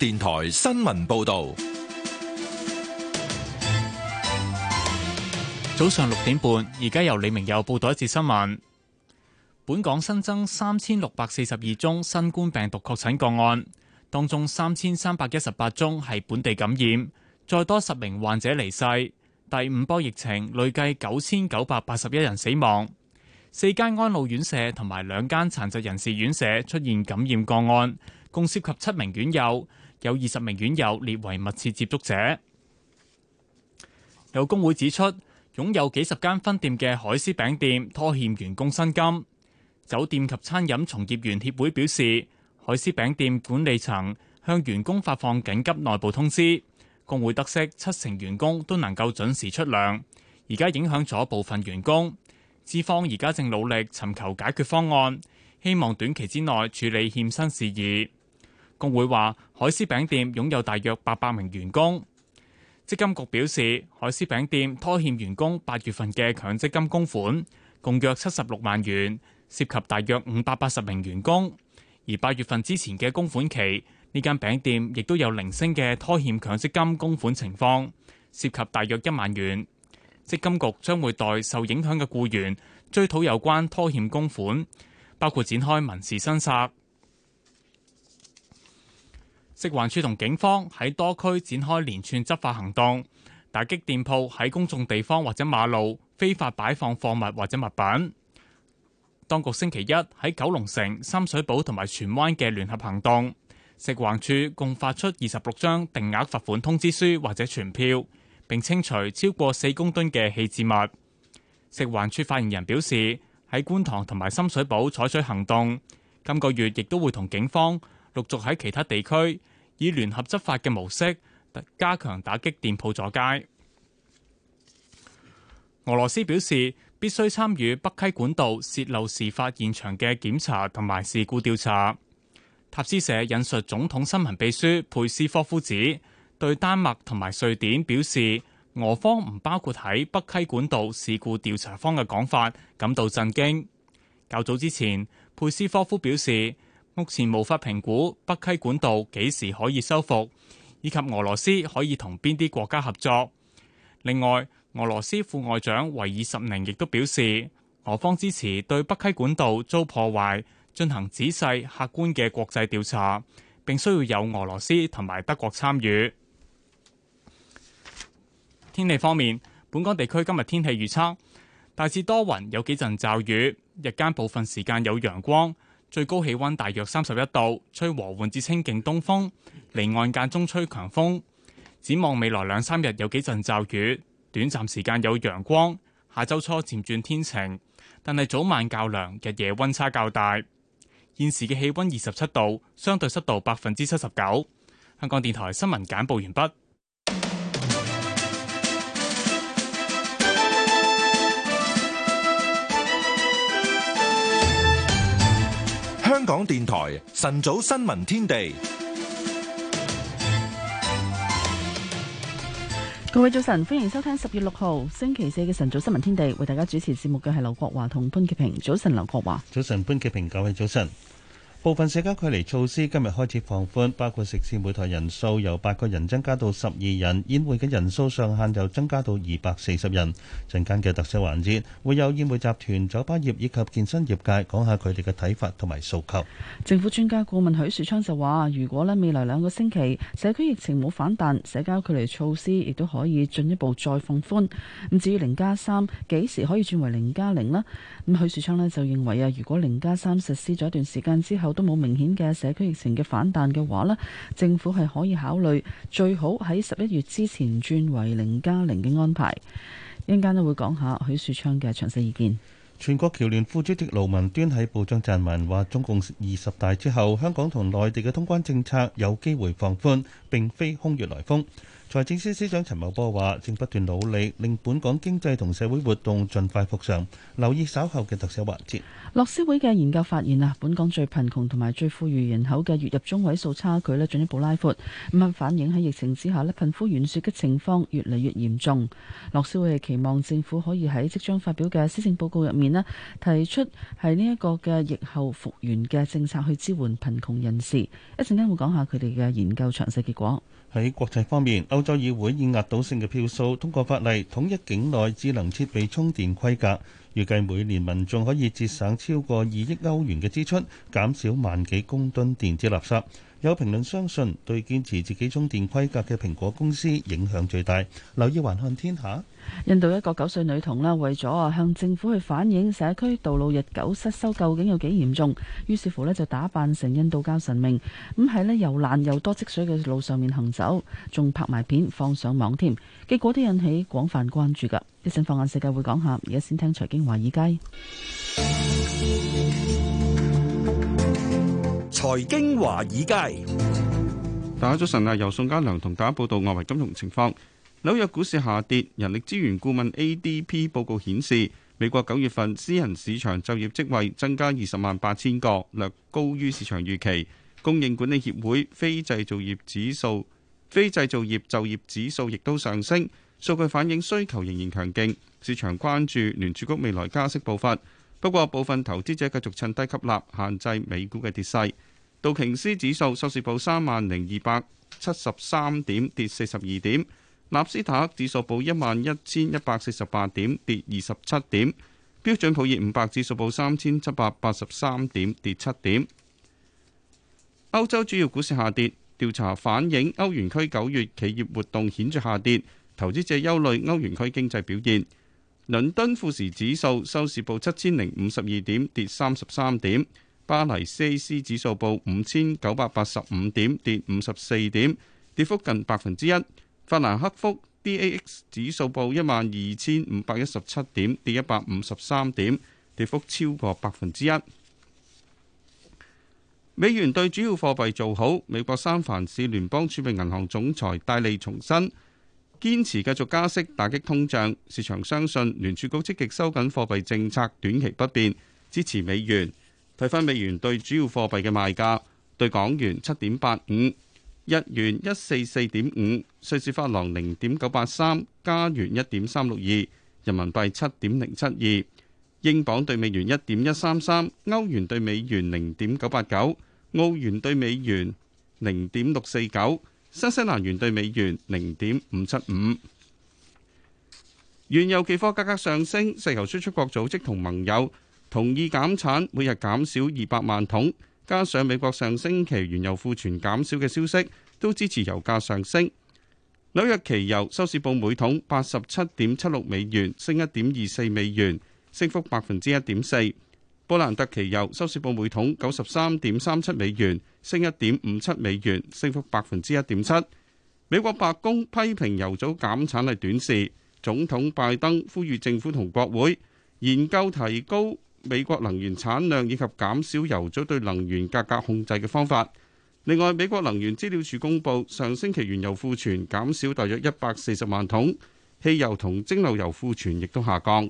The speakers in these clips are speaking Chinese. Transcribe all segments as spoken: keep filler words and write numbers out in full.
電台新聞報道。 早上六點半，而家由李明佑報道一節新聞。本港新增三千六百四十二宗新冠病毒確診個案，當中三千三百一十八宗係本地感染，再多十名患者離世。第五波疫情累計九千九百八十一人死亡。四間安老院舍同埋兩間殘疾人士院舍出現感染個案，共涉及七名院友，有二十名院友列為密切接觸者。有工會指出，擁有幾十間分店嘅海絲餅店拖欠員工薪金。酒店及餐飲從業員協會表示，海絲餅店管理層向員工發放緊急內部通知，工會得悉七成員工都能夠準時出糧，而家影響咗部分員工。資方而家正努力尋求解決方案，希望短期之內處理欠薪事宜。工會話，海絲餅店擁有大約八百名員工。積金局表示，海絲餅店拖欠員工八月份嘅強積金供款，共約七十六萬元，涉及大約五百八十名員工。而八月份之前嘅供款期，呢間餅店亦都有零星嘅拖欠強積金供款情況，涉及大約一萬元。積金局將會代受影響嘅僱員追討有關拖欠供款，包括展開民事申索。食環署同警方喺多區展開連串執法行動，打擊店鋪喺公眾地方或者馬路非法擺放貨物或者物品。當局星期一喺九龍城、深水埗同埋荃灣嘅聯合行動，食環署共發出二十六張定額罰款通知書或者傳票，並清除超過四公噸嘅棄置物。食環署發言人表示，喺觀塘同埋深水埗採取行動，今個月亦都會同警方陸續喺其他地區以聯合執法嘅模式，加強打擊店鋪阻街。俄羅斯表示必須參與北溪管道洩漏事發現場嘅檢查同埋事故調查。塔斯社引述總統新聞秘書佩斯科夫指，對丹麥同埋瑞典表示俄方唔包括喺北溪管道事故調查方嘅講法感到震驚。較早之前，佩斯科夫表示，目前無法評估北溪管道幾時可以修復，以及俄羅斯可以同邊啲國家合作。另外，俄羅斯副外長維爾什寧亦都表示，俄方支持對北溪管道遭破壞進行仔細客觀嘅國際調查，並需要有俄羅斯同埋德國參與。天氣方面，本港地區今日天氣預測大致多雲，有幾陣驟雨，日間部分時間有陽光。最高氣溫大約三十一度，吹和緩至清勁東風，離岸間中吹強風。展望未來兩三日有幾陣驟雨，短暫時間有陽光。下周初漸轉天晴，但係早晚較涼，日夜溫差較大。現時嘅氣溫二十七度，相對濕度百分之七十九。香港電台新聞簡報完畢。 香港電台晨早新聞天地， 各位早晨，歡迎收聽十月六號星期四嘅晨早新聞天地，為大家主持節目嘅係劉國華同潘潔平。早晨，劉國華。 早晨，潘潔平。各位早晨。部分社交距離措施今日開始放寬，包括食肆每台人數由八個人增加到十二人，宴會嘅人數上限又增加到二百四十人。陣間嘅特色環節會有宴會集團、酒吧業以及健身業界講下佢哋嘅睇法同埋訴求。 政府專家顧問許樹昌就話，如果咧未來兩個星期社區疫情冇反彈，社交距離措施亦都可以進一步再放寬。咁至於零加三幾時可以轉為零加零呢？咁許樹昌咧就認為啊，如果零加三實施咗一段時間之後都冇明顯嘅社區疫情嘅反彈嘅話咧，政府係可以考慮最好喺十一月之前轉為零加零嘅安排。一陣間咧會講下許樹昌嘅詳細意見。 全國僑聯副主席盧文端喺報章撰文話，中共二十大之後，香港同內地嘅通關政策有機會放寬，並非空穴來風。 財政司司長陳茂波話，正不斷努力令本港經濟同社會活動盡快復常。留意稍後嘅特寫環節。 樂施會嘅研究發現啊，本港最貧窮同埋最富裕人口嘅月入中位數差距咧進一步拉闊，咁啊反映喺疫情之下咧貧富懸殊嘅情況越嚟越嚴重。樂施會係期望政府可以喺即將發表嘅施政報告入面咧提出係呢一個嘅疫後復原嘅政策去支援貧窮人士。一陣間會講下佢哋嘅研究詳細結果。 喺國際方面，歐洲議會以壓倒性嘅票數通過法例，統一境內智能設備充電規格，預計每年民眾可以節省超過二億歐元嘅支出，減少萬幾公噸電子垃圾。有評論相信，對堅持自己充電規格嘅蘋果公司影響最大。留意環看天下。 印度一個九歲女童啦，為咗啊向政府去反映社區道路日久失修究竟有幾嚴重，於是乎呢就打扮成印度教神明，咁喺呢又爛又多積水嘅路上面行走，仲拍埋片放上網添，結果都引起廣泛關注㗎。一陣放眼世界會講下，而家先聽財經華爾街。 財經華爾街， 大家早晨啊！由宋家良同大家報道外圍金融情況。紐約股市下跌，人力資源顧問 A D P 報告顯示，美國九月份私人市場就業職位增加二十萬八千個，略高於市場預期。供應管理協會非製造業指數、非製造業就業指數亦都上升，數據反映需求仍然強勁。市場關注聯儲局未來加息步伐，不過部分投資者繼續趁低吸納，限制美股嘅跌勢。道瓊斯指數收市報三萬零二百七十三點，跌四十二點。納斯達克指數報一萬一千一百四十八點，跌二十七點。標準普爾五百指數報三千七百八十三點，跌七點。歐洲主要股市下跌，調查反映歐元區九月企業活動顯著下跌，投資者憂慮歐元區經濟表現。倫敦富時指數收市報七千零五十二點，跌三十三點。巴黎 C A C 指數報五千九百八十五點，跌五十四點，跌幅近百分之一。法蘭克福 D A X 指數報一萬二千五百一十七點，跌一百五十三點，跌幅超過百分之一。美元對主要貨幣做好，美國三藩市聯邦儲備銀行總裁戴利重申，堅持繼續加息打擊通脹。市場相信聯儲局積極收緊貨幣政策，短期不變，支持美元。睇返美元對主要貨幣嘅賣價，對港元七點八五。日元一四四點五，瑞士法郎零點九八三，加元一點三六二，人民幣七點零七二，英鎊對美元一點一三三，歐元對美元零點九八九，澳元對美元零點六四九，新西蘭元對美元零點五七五。原油期貨價格上升，石油輸出國組織同盟友同意減產，每日減少二百萬桶。加上美國上星期原油庫存減少嘅消息，都支持油價上升。紐約期油收市報每桶八十七點七六美元，升一點二四美元，升幅百分之一點四。布蘭特期油收市報每桶九十三點三七美元，升一點五七美元，升幅百分之一點七。美國白宮批評油組減產係短視，總統拜登呼籲政府同國會研究提高美國能源產量以及減少油組對能源價格控制嘅方法。另外，美國能源資料處公布上星期原油庫存減少大約一百四十萬桶，汽油同蒸餾油庫存亦都下降。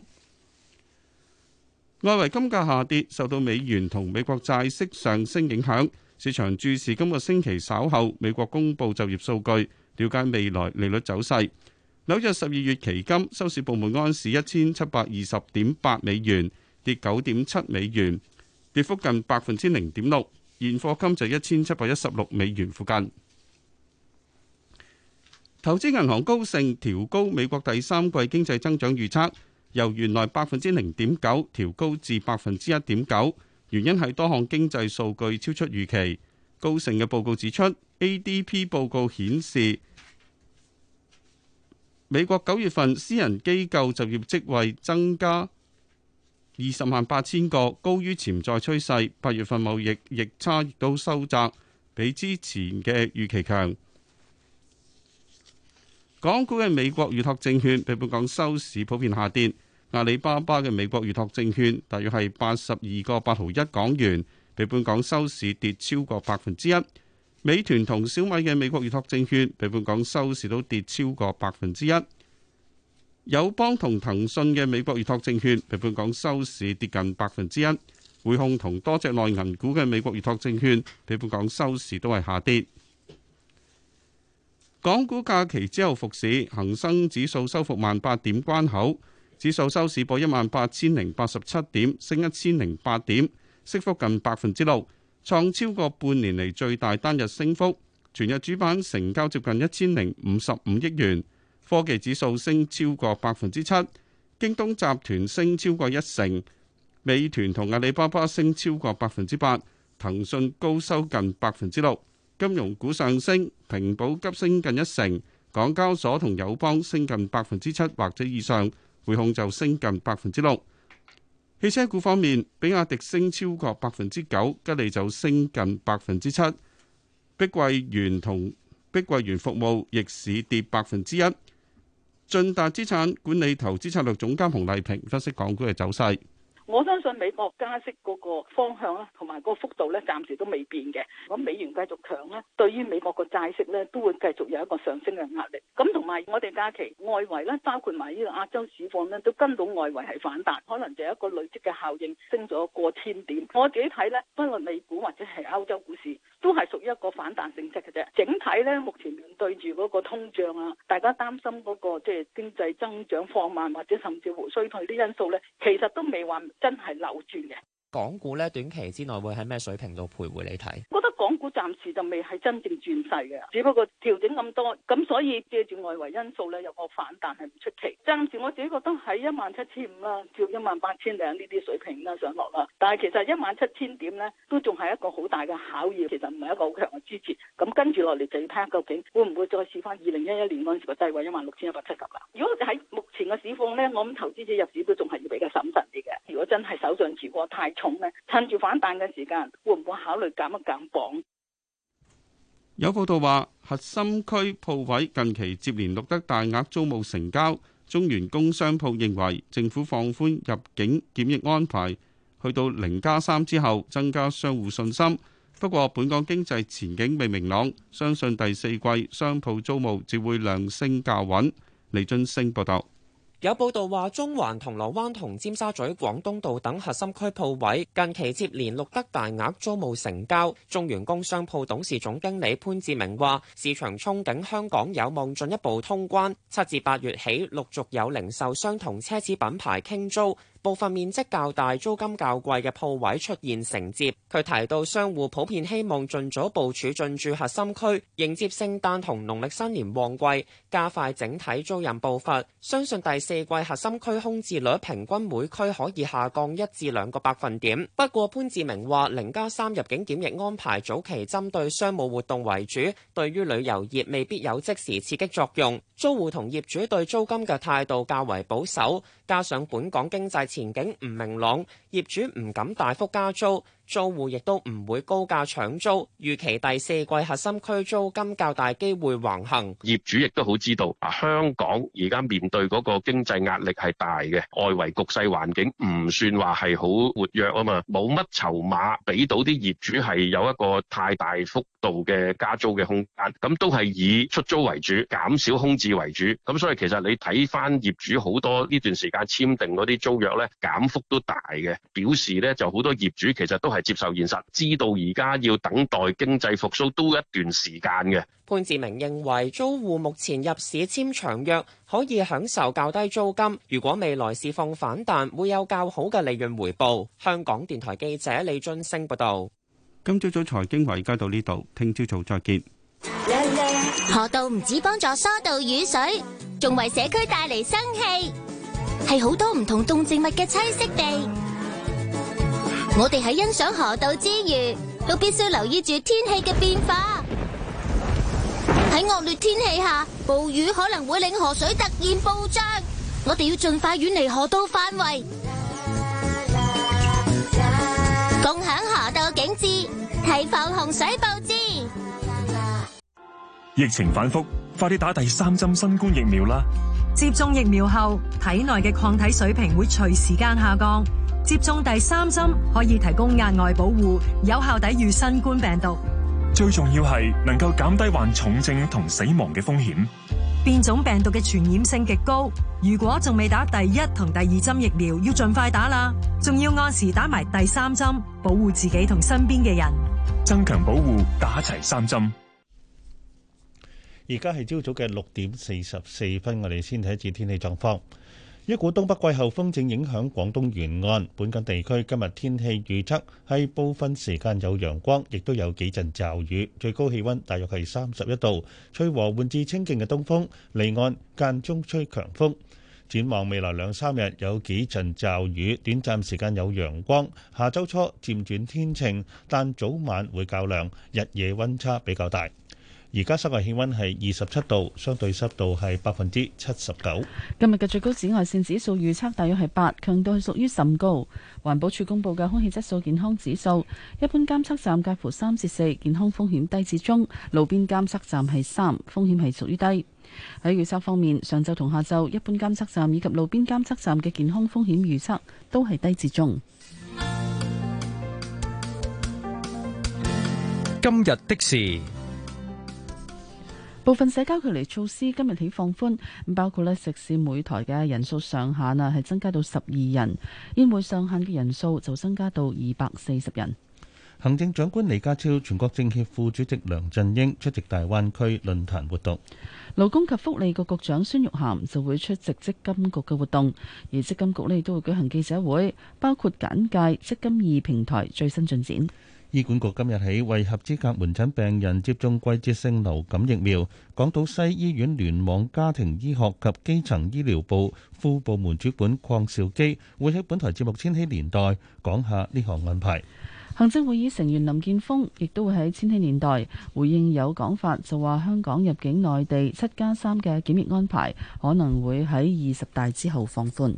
外圍金價下跌，受到美元同美國債息上升影響。市場注視今個星期稍後美國公布就業數據，了解未來利率走勢。紐約十二月期金收市報每安士一千七百二十點八美元，跌九點七美元，跌幅近百分之零點六。現貨金就一千七百一十六美元附近。投資銀行高盛調高美國第三季經濟增長預測，由原來百分之零點九調高至百分之一點九，原因係多項經濟數據超出預期。高盛嘅報告指出 ，A D P 報告顯示，美國九月份私人機構就業職位增加二十萬八千個，高於潛在趨勢。八月份貿易逆差亦都收窄，比之前嘅預期強。港股嘅美國預託證券比本港收市普遍下跌。阿里巴巴嘅美國預託證券大約係八十二個八毫一港元，比本港收市跌超過百分之一。 美團同小米嘅美國預託證券比本港收市都跌超過百分之一。友邦同騰訊嘅美國預託證券比本港收市跌近百分之一。匯控同多隻內銀股嘅美國預託證券比本港收市都係下跌。港股假期之後復市，恒生指數收復萬八點關口，指數收市報一萬八千零八十七點，升一千零八點，升幅近百分之六，創超過半年嚟最大單日升幅。全日主板成交接近一千零五十五億元，科技指數升超過百分之七，京東集團升超過一成。美團同阿里巴巴升超過百分之八，騰訊高收近百分之六。金融股上升，平保急升近一成，港交所同友邦升近百分之七或者以上，匯控就升近百分之六。汽車股方面，比亞迪升超過百分之九，吉利就升近百分之七。碧桂園同碧桂園服務逆市跌百分之一。晉達資產管理投資策略總監洪麗萍分析港股嘅走勢。 我相信美國加息嗰個方向咧，同埋個幅度咧，暫時都未變嘅。咁美元繼續強咧，對於美國個債息咧，都會繼續有一個上升嘅壓力。咁同埋我哋假期外圍咧，包括埋呢個亞洲市況咧，都跟到外圍係反彈，可能就係一個累積嘅效應，升咗過千點。我自己睇咧，不論美股或者係歐洲股市，都係屬於一個反彈性質嘅啫。整體咧，目前面對住嗰個通脹啊，大家擔心嗰個即係經濟增長放慢，或者甚至乎衰退啲因素咧，其實都未話真係扭轉嘅。 港股咧，短期之內會喺咩水平度徘徊？你睇？ 覺得港股暫時就未係真正轉勢嘅，只不過調整咁多，咁所以借住外圍因素咧，有個反彈係唔出奇。暫時我自己覺得喺一萬七千五啦，至一萬八千零呢啲水平啦上落啦。但係其實一萬七千點咧，都仲係一個好大嘅考驗，其實唔係一個好強嘅支持。咁跟住落嚟就要睇下究竟會唔會再試翻二零一一年嗰陣時個低位一萬六千一百七十啦。如果喺目前嘅市況咧，我諗投資者入市都仲係要比較審慎啲嘅。如果真係手上持貨太重咧，趁住反彈嘅時間，會唔會考慮減一減磅？ 有報道話，核心區鋪位近期接連錄得大額租務成交。中原工商鋪認為，政府放寬入境檢疫安排，去到零加三之後，增加商戶信心。不過，本港經濟前景未明朗，相信第四季商鋪租務只會量升價穩。李津升報道。 有報道話，中環、銅鑼灣同尖沙咀廣東道等核心區鋪位近期接連錄得大額租務成交。中原工商鋪董事總經理潘志明話，市場憧憬香港有望進一步通關，七至八月起陸續有零售商同奢侈品牌傾租。部分面積較大、租金較貴嘅鋪位出現承接。佢提到，商戶普遍希望盡早部署進駐核心區，迎接聖誕同農曆新年旺季，加快整體租賃步伐。相信第四季核心區空置率平均每區可以下降一至兩個百分點。不過潘志明話，零加三入境檢疫安排早期針對商務活動為主，對於旅遊業未必有即時刺激作用。租戶同業主對租金嘅態度較為保守，加上本港經濟前景唔明朗，業主唔敢大幅加租，租戶亦都唔會高價搶租。預期第四季核心區租金較大機會橫行。 業主亦都好知道啊，香港而家面對嗰個經濟壓力係大嘅，外圍局勢環境唔算話係好活躍啊嘛，冇乜籌碼俾到啲業主係有一個太大幅度嘅加租嘅空間，咁都係以出租為主，減少空置為主。咁所以其實你睇翻業主好多呢段時間簽訂嗰啲租約咧，減幅都大嘅，表示咧就好多業主其實都係接受現實，知道而家要等待經濟復甦都一段時間嘅。 潘志明認為租戶目前入市簽長約可以享受較低租金，如果未來市況反彈，會有較好嘅利潤回報。香港電台記者李津升報道。 今朝早財經華爾街到呢度，聽朝早再見。 河道唔止幫助疏導雨水，仲為社區帶嚟生氣，係好多唔同動植物嘅棲息地。我哋喺欣賞河道之餘，都必須留意住天氣嘅變化。喺惡劣天氣下，暴雨可能會令河水突然暴漲，我哋要盡快遠離河道範圍，共享河道景致，提防洪水暴至。 疫情反覆，快啲打第三針新冠疫苗啦！ 接種疫苗後，體內嘅抗體水平會隨時間下降。接種第三針可以提供額外保護，有效抵禦新冠病毒。 最重要係能夠減低患重症同死亡嘅風險。 變種病毒嘅傳染性極高，如果仲未打第一同第二針疫苗，要盡快打啦，仲要按時打埋第三針，保護自己同身邊嘅人， 增強保護，打齊三針。 而家係朝早嘅六點四十四分，我哋先睇一次天氣狀況。一股東北季候風正影響廣東沿岸，本港地區今日天氣預測係部分時間有陽光，亦都有幾陣驟雨，最高氣溫大約係三十一度，吹和緩至清勁嘅東風，離岸間中吹強風。展望未來兩三日有幾陣驟雨，短暫時間有陽光，下週初漸轉天晴，但早晚會較涼，日夜溫差比較大。而家室外氣溫係二十七度，相對濕度係百分之七十九。 今日嘅最高紫外線指數預測大約係八，強度係屬於甚高。環保署公布嘅空氣質素健康指數，一般監測站介乎三至四，健康風險低至中；路邊監測站係三，風險係屬於低。喺預測方面，上晝同下晝一般監測站以及路邊監測站嘅健康風險預測都係低至中。 今日的事。 部分社交距離措施今日起放寬，包括咧食肆每台嘅人數上限啊係增加到十二人，宴會上限嘅人數就增加到二百四十人。 行政長官李家超、全國政協副主席梁振英出席大灣區論壇活動。 勞工及福利局局長孫玉菡就會出席積金局嘅活動，而積金局呢都會舉行記者會，包括簡介積金易平台最新進展。 醫管局今日起為合資格門診病人接種季節性流感疫苗。港島西醫院聯網家庭醫學及基層醫療部副部門主管鄺兆基會喺本台節目《千禧年代》講下呢項安排。 行政會議成員林健鋒亦都會喺《千禧年代》回應有講法，就話香港入境內地七加三嘅檢疫安排可能會喺二十大之後放寬。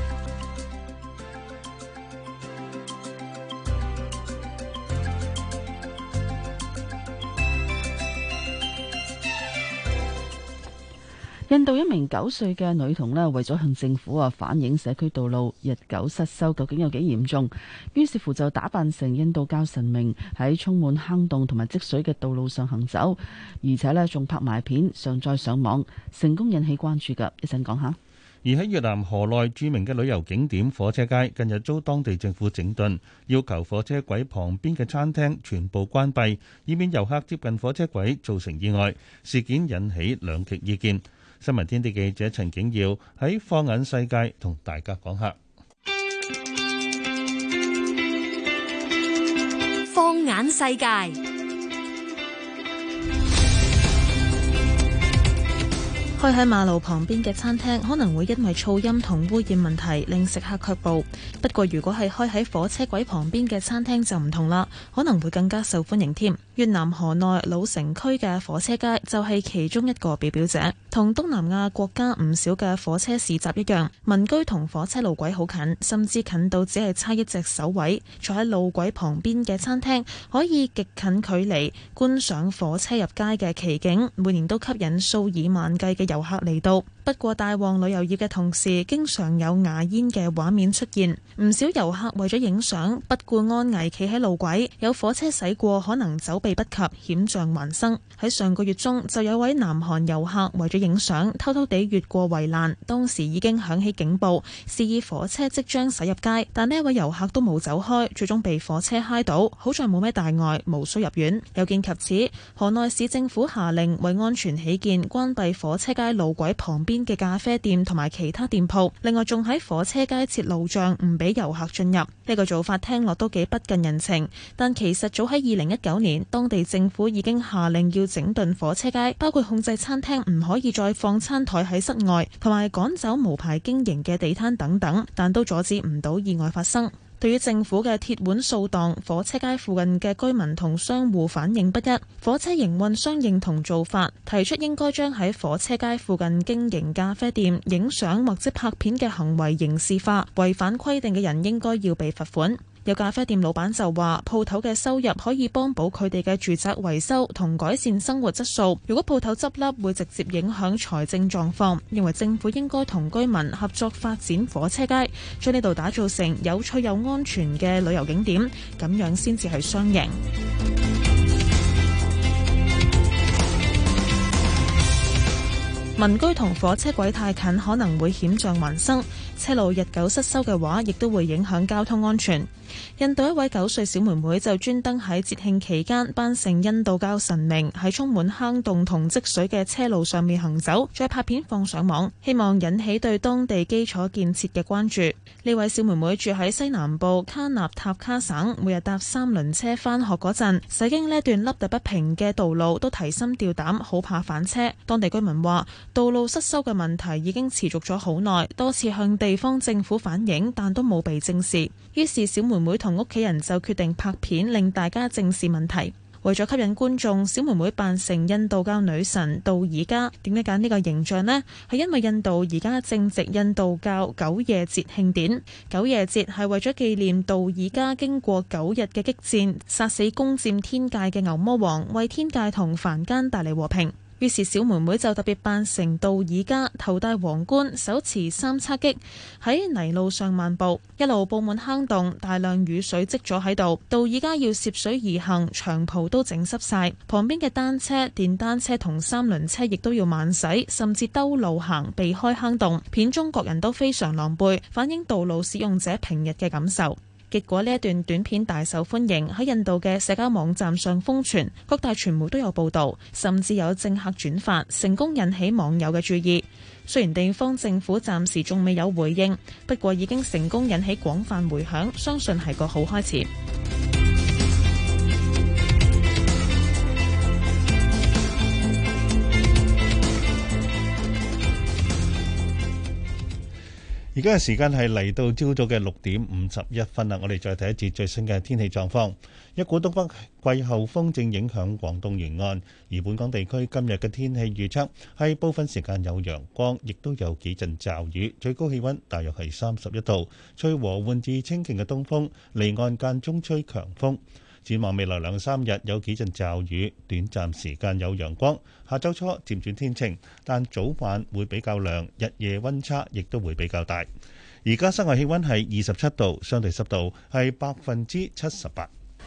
印度一名九歲嘅女童咧，為咗向政府啊反映社區道路日久失修究竟有幾嚴重，於是乎就打扮成印度教神明喺充滿坑洞同埋積水嘅道路上行走，而且咧仲拍埋片上載上網，成功引起關注㗎。一陣講下。 而喺越南河內著名嘅旅遊景點火車街，近日遭當地政府整頓，要求火車軌旁邊嘅餐廳全部關閉，以免遊客接近火車軌造成意外。事件引起兩極意見。新聞天地記者陳景耀喺放眼世界同大家講下。 放眼世界。 開喺馬路旁邊嘅餐廳可能會因為噪音同污染問題令食客卻步，不過如果係開喺火車軌旁邊嘅餐廳就唔同啦，可能會更加受歡迎添。越南河內老城區嘅火車街就係其中一個表表者，同東南亞國家唔少嘅火車市集一樣，民居同火車路軌好近，甚至近到只係差一隻手位。坐喺路軌旁邊嘅餐廳可以極近距離觀賞火車入街嘅奇景，每年都吸引數以萬計嘅遊客嚟到。不過大旺旅遊業嘅同時，經常有牙煙嘅畫面出現，唔少遊客為咗影相，不顧安危企喺路軌，有火車駛過可能走避不及，險象環生。喺上個月中就有位南韓遊客為咗影相，偷偷地越過圍欄，當時已經響起警報，示意火車即將駛入街，但呢一位遊客都冇走開，最終被火車揩到，好在冇咩大礙，無需入院。有見及此，河內市政府下令為安全起見，關閉火車街路軌旁邊邊嘅咖啡店同埋其他店鋪，另外仲喺火車街設路障，唔俾遊客進入。呢個做法聽落都幾不近人情，但其實早喺二零一九年，當地政府已經下令要整頓火車街，包括控制餐廳唔可以再放餐台喺室外，同埋趕走無牌經營嘅地攤等等，但都阻止唔到意外發生。對於政府嘅鐵腕掃蕩，火車街附近嘅居民同商戶反應不一。火車營運商認同做法，提出應該將喺火車街附近經營咖啡店影相或者拍片嘅行為刑事化，違反規定嘅人應該要被罰款。有咖啡店老闆就話，鋪頭嘅收入可以幫補佢哋嘅住宅維修同改善生活質素。如果鋪頭執笠，會直接影響財政狀況。認為政府應該同居民合作發展火車街，將呢度打造成有趣又安全嘅旅遊景點，咁樣先至係雙贏。 民居同火車軌太近，可能會險象環生。車路日久失修嘅話，亦都會影響交通安全。印度一位九歲小妹妹就專登喺節慶期間扮成印度教神明，喺充滿坑洞同積水嘅車路上面行走，再拍片放上網，希望引起對當地基礎建設嘅關注。呢位小妹妹住喺西南部卡納塔卡省，每日搭三輪車返學嗰陣，駛經呢段凹凸不平嘅道路都提心吊膽，好怕反車。當地居民話，道路失修嘅問題已經持續咗好耐，多次向地方政府反映，但都冇被正視。於是小妹妹同屋企人就決定拍片，令大家正視問題。為咗吸引觀眾，小妹妹扮成印度教女神道爾加。點解揀呢個形象呢？係因為印度而家正值印度教九夜節慶典。九夜節係為咗紀念道爾加經過九日嘅激戰，殺死攻佔天界嘅牛魔王，為天界同凡間帶嚟和平。於是小妹妹就特別扮成道爾加，頭戴皇冠，手持三叉戟，喺泥路上漫步，一路布滿坑洞，大量雨水積咗喺度。道爾加要涉水而行，長袍都整濕晒。旁邊嘅單車、電單車同三輪車亦都要慢駛，甚至兜路行，避開坑洞。片中各人都非常狼狽，反映道路使用者平日嘅感受。結果呢一段短片大受歡迎，喺印度嘅社交網站上瘋傳，各大傳媒都有報導，甚至有政客轉發，成功引起網友嘅注意。雖然地方政府暫時仲未有回應，不過已經成功引起廣泛迴響，相信係個好開始。 而家嘅時間係嚟到朝早嘅六點五十一分啦，我哋再睇一節最新嘅天氣狀況。一股東北季候風正影響廣東沿岸，而本港地區今日嘅天氣預測係部分時間有陽光，亦都有幾陣驟雨，最高氣溫大約係三十一度，吹和緩至清勁嘅東風，離岸間中吹強風。展望未來兩三日有幾陣驟雨，短暫時間有陽光。下週初漸轉天晴，但早晚會比較涼，日夜溫差亦都會比較大。而家室外氣溫係二十七度，相對濕度係百分之七十八。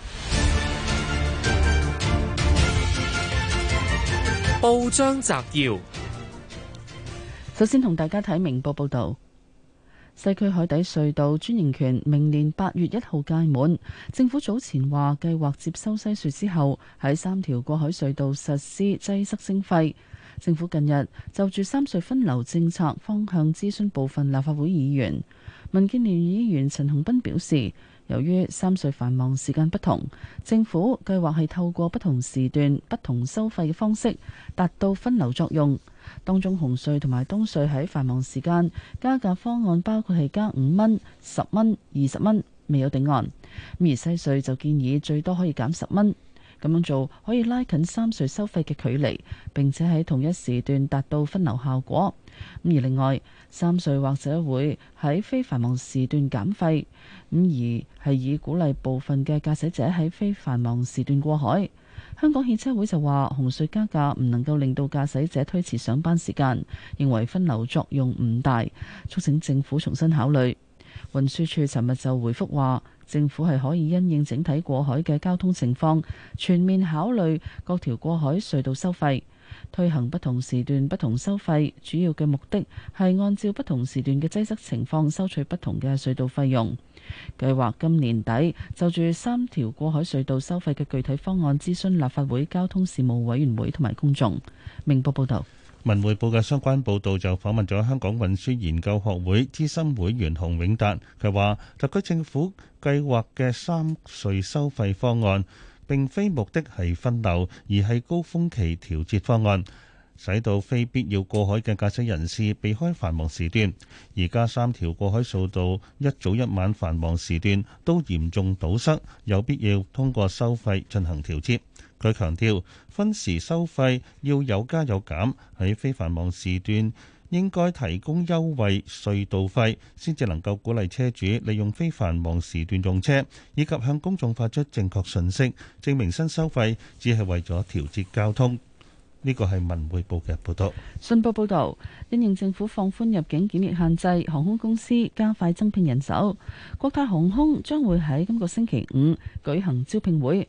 報章摘要， 首先同大家睇明報報道。西區海底隧道專營權明年八月一號屆滿，政府早前話計劃接收西隧之後，喺三條過海隧道實施擠塞徵費。政府近日就住三隧分流政策方向諮詢部分立法會議員。民建聯議員陳恒鑌表示，由於三隧繁忙時間不同，政府計劃係透過不同時段不同收費嘅方式達到分流作用。當中紅隧同埋東隧喺繁忙時間加價方案包括係加五蚊、十蚊、二十蚊，未有定案。而西隧就建議最多可以減十蚊，咁樣做可以拉近三隧收費嘅距離，並且喺同一時段達到分流效果。咁而另外，三隧或者會喺非繁忙時段減費，咁而係以鼓勵部分嘅駕駛者喺非繁忙時段過海。香港汽車會就話紅隧加價唔能夠令到駕駛者推遲上班時間，認為分流作用唔大，促請政府重新考慮。運輸署尋日就回覆話，政府係可以因應整體過海嘅交通情況，全面考慮各條過海隧道收費，推行不同時段不同收費，主要嘅目的係按照不同時段嘅擠塞情況收取不同嘅隧道費用。計劃今年底就住三條過海隧道收費嘅具體方案諮詢立法會交通事務委員會同埋公眾。明報報道。 文匯報嘅相關報導就訪問咗香港運輸研究學會資深會員洪永達，佢話特區政府計劃嘅三隧收費方案並非目的係分流，而係高峰期調節方案，使到非必要過海嘅駕駛人士避開繁忙時段。而家三條過海隧道一早一晚繁忙時段都嚴重堵塞，有必要通過收費進行調節。佢強調分時收費要有加有減，喺非繁忙時段應該提供優惠隧道費，先至能夠鼓勵車主利用非繁忙時段用車，以及向公眾發出正確信息，證明新收費只係為咗調節交通。呢個係文匯報嘅報導。 信報報導，因應政府放寬入境檢疫限制，航空公司加快增聘人手。國泰航空將會喺今個星期五舉行招聘會。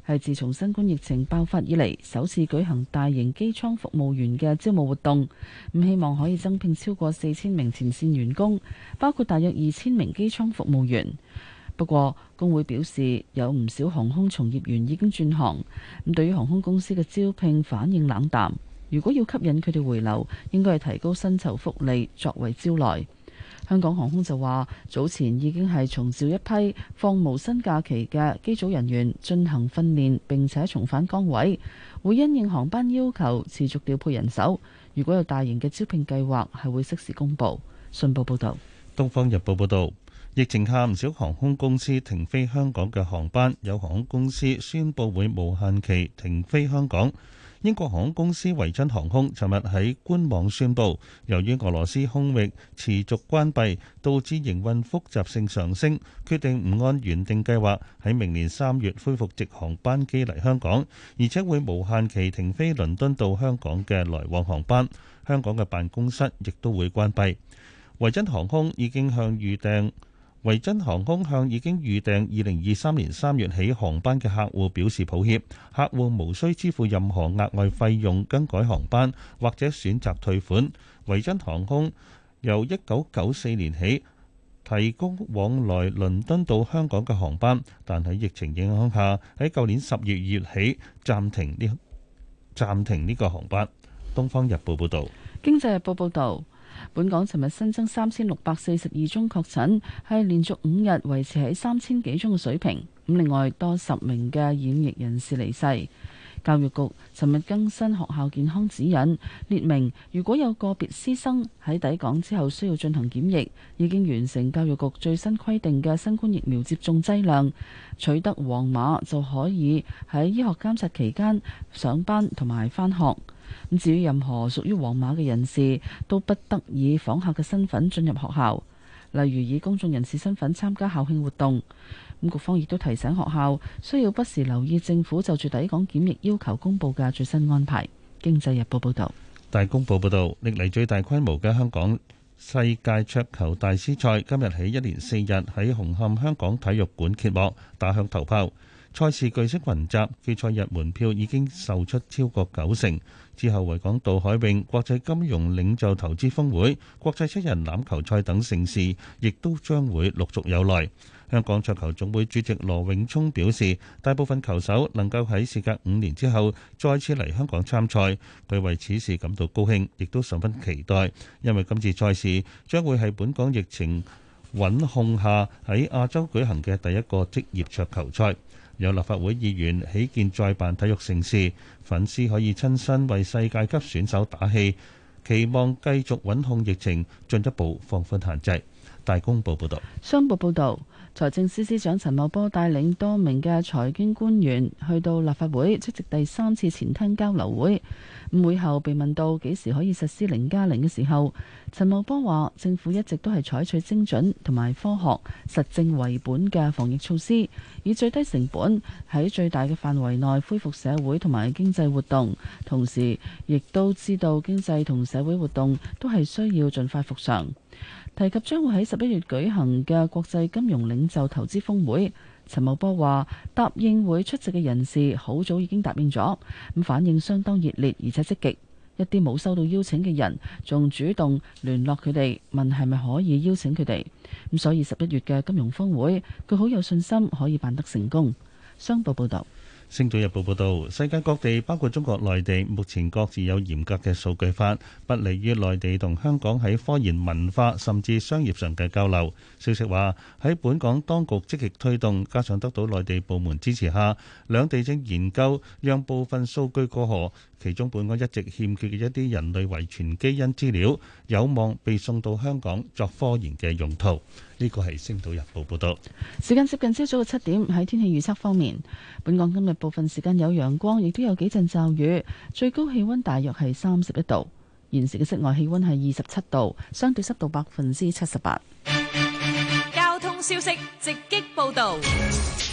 係自從新冠疫情爆發以嚟首次舉行大型機艙服務員嘅招募活動，咁希望可以增聘超過四千名前線員工，包括大約二千名機艙服務員。不過，工會表示有唔少航空從業員已經轉行，咁對於航空公司嘅招聘反應冷淡。如果要吸引佢哋回流，應該係提高薪酬福利作為招來。香港航空就話，早前已經係重召一批放無薪假期嘅機組人員進行訓練，並且重返崗位，會因應航班要求持續調配人手。如果有大型嘅招聘計劃，係會適時公佈。信報報導。 《東方日報》報導。疫情下，唔少航空公司停飛香港嘅航班，有航空公司宣佈會無限期停飛香港。英國航空公司維珍航空尋日喺官網宣佈，由於俄羅斯空域持續關閉，導致營運複雜性上升，決定唔按原定計劃喺明年三月恢復直航班機嚟香港，而且會無限期停飛倫敦到香港嘅來往航班。香港嘅辦公室亦都會關閉。維珍航空已經向預訂維珍航空向已經預訂二零二三年三月起航班嘅客戶表示抱歉，客戶無需支付任何額外費用更改航班或者選擇退款。維珍航空由一九九四年起提供往來倫敦到香港嘅航班，但喺疫情影響下，喺舊年十二月起暫停呢暫停呢個航班。《東方日報》報導，《 經濟日報》報導。本港尋日新增三千六百四十二宗確診，係連續五日維持喺三千幾宗嘅水平。咁另外多十名嘅染疫人士離世。教育局尋日更新學校健康指引，列明如果有個別師生喺抵港之後需要進行檢疫，已經完成教育局最新規定嘅新冠疫苗接種劑量，取得黃碼就可以喺醫學監察期間上班同埋返學。咁至於任何屬於黃碼嘅人士，都不得以訪客嘅身份進入學校，例如以公眾人士身份參加校慶活動。咁局方亦都提醒學校需要不時留意政府就住抵港檢疫要求公佈嘅最新安排。經濟日報報導。 大公報報導，歷嚟最大規模嘅香港世界桌球大師賽今日起一連四日喺紅磡香港體育館揭幕，打響頭炮。賽事巨星雲集，決賽日門票已經售出超過九成。之後維港渡海泳、國際金融領袖投資峰會、國際七人欖球賽等盛事，亦都將會陸續有來。香港桌球總會主席羅永聰表示，大部分球手能夠喺事隔五年之後再次嚟香港參賽，佢為此事感到高興，亦都十分期待，因為今次賽事將會係本港疫情穩控下喺亞洲舉行嘅第一個職業桌球賽。有立法會議員喜見再辦體育盛事，粉絲可以親身為世界級選手打氣，期望繼續穩控疫情，進一步放寬限制。大公報報道。 商報報導。財政司司長陳茂波帶領多名嘅財經官員去到立法會出席第三次前廳交流會。會後被問到幾時可以實施零加零嘅時候，陳茂波話：政府一直都係採取精準同埋科學、實證為本嘅防疫措施，以最低成本喺最大嘅範圍內恢復社會同埋經濟活動。同時，亦都知道經濟同社會活動都係需要盡快復常。提及將會喺十一月舉行嘅國際金融領袖投資峰會，陳茂波話答應會出席嘅人士好早已經答應咗，咁反應相當熱烈而且積極。一啲冇收到邀請嘅人仲主動聯絡佢哋，問係咪可以邀請佢哋。咁所以十一月嘅金融峰會，佢好有信心可以辦得成功。商報報道。 《星島日報》報導，世界各地包括中國內地，目前各自有嚴格嘅數據法，不利於內地同香港喺科研、文化甚至商業上嘅交流。消息話喺本港當局積極推動，加上得到內地部門支持下，兩地正研究讓部分數據過河。其中本港一直欠缺嘅一啲人類遺傳基因資料，有望被送到香港作科研嘅用途。呢個係《星島日報》報道。 時間接近朝早嘅七點，喺天氣預測方面，本港今日部分時間有陽光，亦都有幾陣驟雨，最高氣溫大約係三十一度。現時嘅室外氣溫係二十七度，相對濕度百分之七十八。 交通消息直擊報道。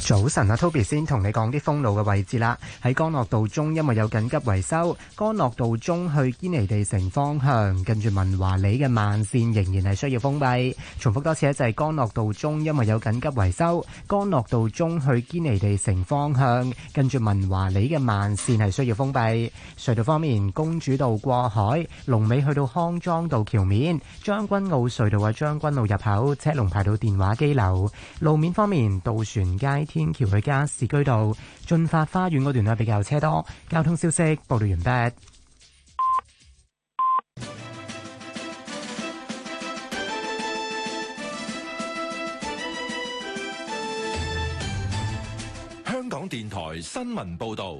早晨啊 ，Toby 先同你講啲封路嘅位置啦。喺干諾道中，因為有緊急維修，干諾道中去堅尼地城方向，跟住文華里嘅慢線仍然係需要封閉。重複多次咧，就係干諾道中，因為有緊急維修，干諾道中去堅尼地城方向，跟住文華里嘅慢線係需要封閉。隧道方面，公主道過海，龍尾去到康莊道橋面，將軍澳隧道嘅將軍澳入口，車龍排到電話機樓。路面方面，渡船街天橋去加士居道、駿發花園嗰段咧比較車多。交通消息報道完畢。 香港電台新聞報道。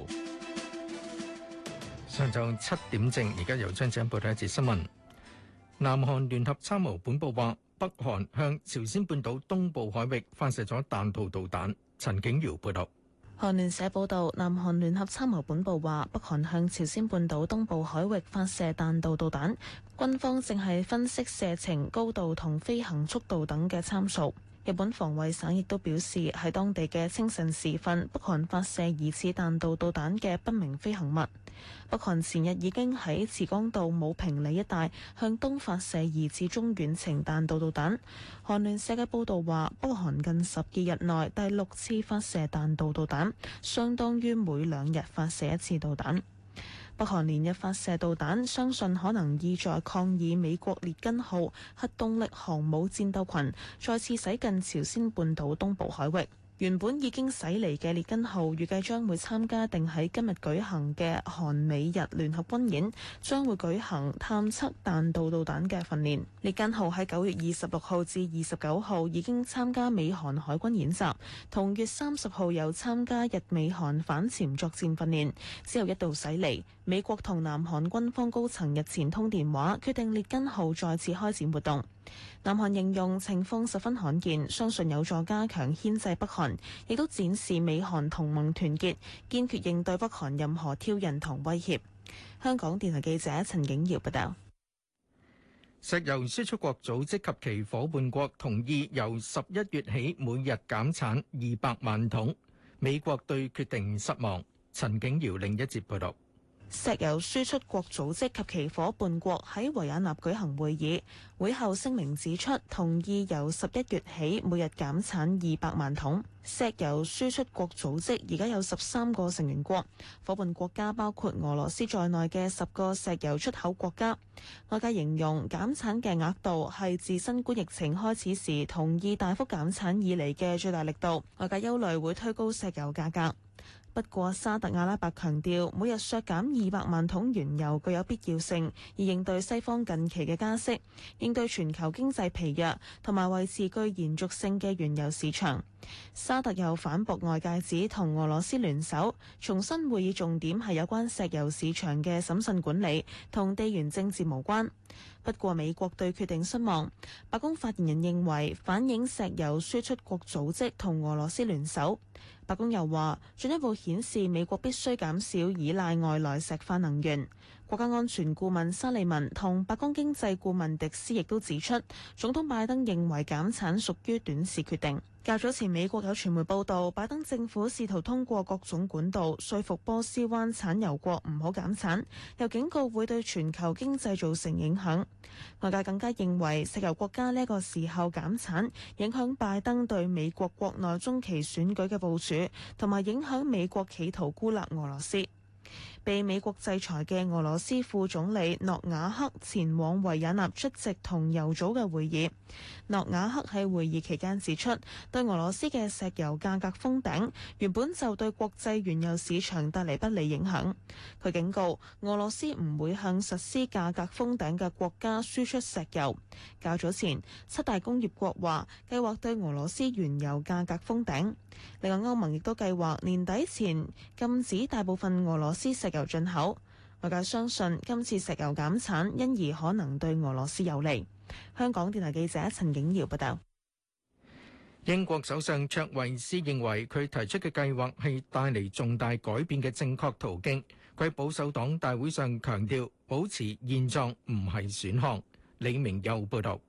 上晝七點正，而家由張子欣報道一節新聞。南韓聯合參謀本部話，北韓向朝鮮半島東部海域發射咗彈道導彈。陳景瑤報道。 韓聯社報道，南韓聯合參謀本部話，北韓向朝鮮半島東部海域發射彈道導彈，軍方正係分析射程、高度同飛行速度等嘅參數。日本防衛省亦都表示，喺當地嘅清晨時分，北韓發射疑似彈道導彈嘅不明飛行物。北韓前日已經喺慈江道武平里一帶向東發射疑似中遠程彈道導彈。韓聯社嘅報導話，北韓近十二日內第六次發射彈道導彈，相當於每兩日發射一次導彈。北韓連日發射導彈，相信可能意在抗議美國列根號核動力航母戰鬥群再次駛近朝鮮半島東部海域。原本已經駛離嘅列根號預計將會參加定喺今日舉行嘅韓美日聯合軍演，將會舉行探測彈道導彈嘅訓練。列根號喺九月二十六號至二十九號已經參加美韓海軍演習，同月三十號有參加日美韓反潛作戰訓練，之後一度駛離。美國同南韓軍方高層日前通電話，決定列根號再次開展活動。南韓形容情況十分罕見，相信有助加強牽制北韓，亦都展示美韓同盟團結，堅決應對北韓任何挑釁同威脅。香港電台記者陳景瑤報道。 石油輸出國組織及其伙伴國同意由十一月起每日減產二百萬桶，美國對決定失望。陳景瑤另一節報道。 石油輸出國組織及其伙伴國喺維也納舉行會議，會後聲明指出，同意由十一月起每日減產二百萬桶。石油輸出國組織而家有十三個成員國，伙伴國家包括俄羅斯在內嘅十個石油出口國家。外界形容減產嘅額度係自新冠疫情開始時同意大幅減產以嚟嘅最大力度，外界憂慮會推高石油價格。不過沙特阿拉伯強調，每日削減二百萬桶原油具有必要性，以應對西方近期嘅加息，應對全球經濟疲弱，同埋維持具延續性嘅原油市場。沙特又反駁外界指同俄羅斯聯手，重申會議重點係有關石油市場嘅審慎管理，同地緣政治無關。不過美國對決定失望，白宮發言人認為反映石油輸出國組織同俄羅斯聯手。白宮又話，進一步顯示美國必須減少依賴外來石化能源。國家安全顧問沙利文同白宮經濟顧問迪斯亦都指出，總統拜登認為減產屬於短視決定。較早前美國有傳媒報道，拜登政府試圖通過各種管道說服波斯灣產油國唔好減產，又警告會對全球經濟造成影響。外界更加認為石油國家呢個時候減產，影響拜登對美國國內中期選舉嘅部署，同埋影響美國企圖孤立俄羅斯。被美國制裁嘅俄羅斯副總理諾瓦克前往維也納出席同油組嘅會議。諾瓦克喺會議期間指出，對俄羅斯嘅石油價格封頂原本就對國際原油市場帶嚟不利影響。佢警告俄羅斯唔會向實施價格封頂嘅國家輸出石油。較早前，七大工業國話計劃對俄羅斯原油價格封頂。另外，歐盟亦都計劃年底前禁止大部分俄羅斯石油進口。外界相信今次石油減產，因而可能對俄羅斯有利。香港電台記者陳景瑤報道。 英國首相卓慧思認為佢提出嘅計劃係帶嚟重大改變嘅正確途徑。佢喺保守黨大會上強調，保持現狀唔係選項。李明佑報道。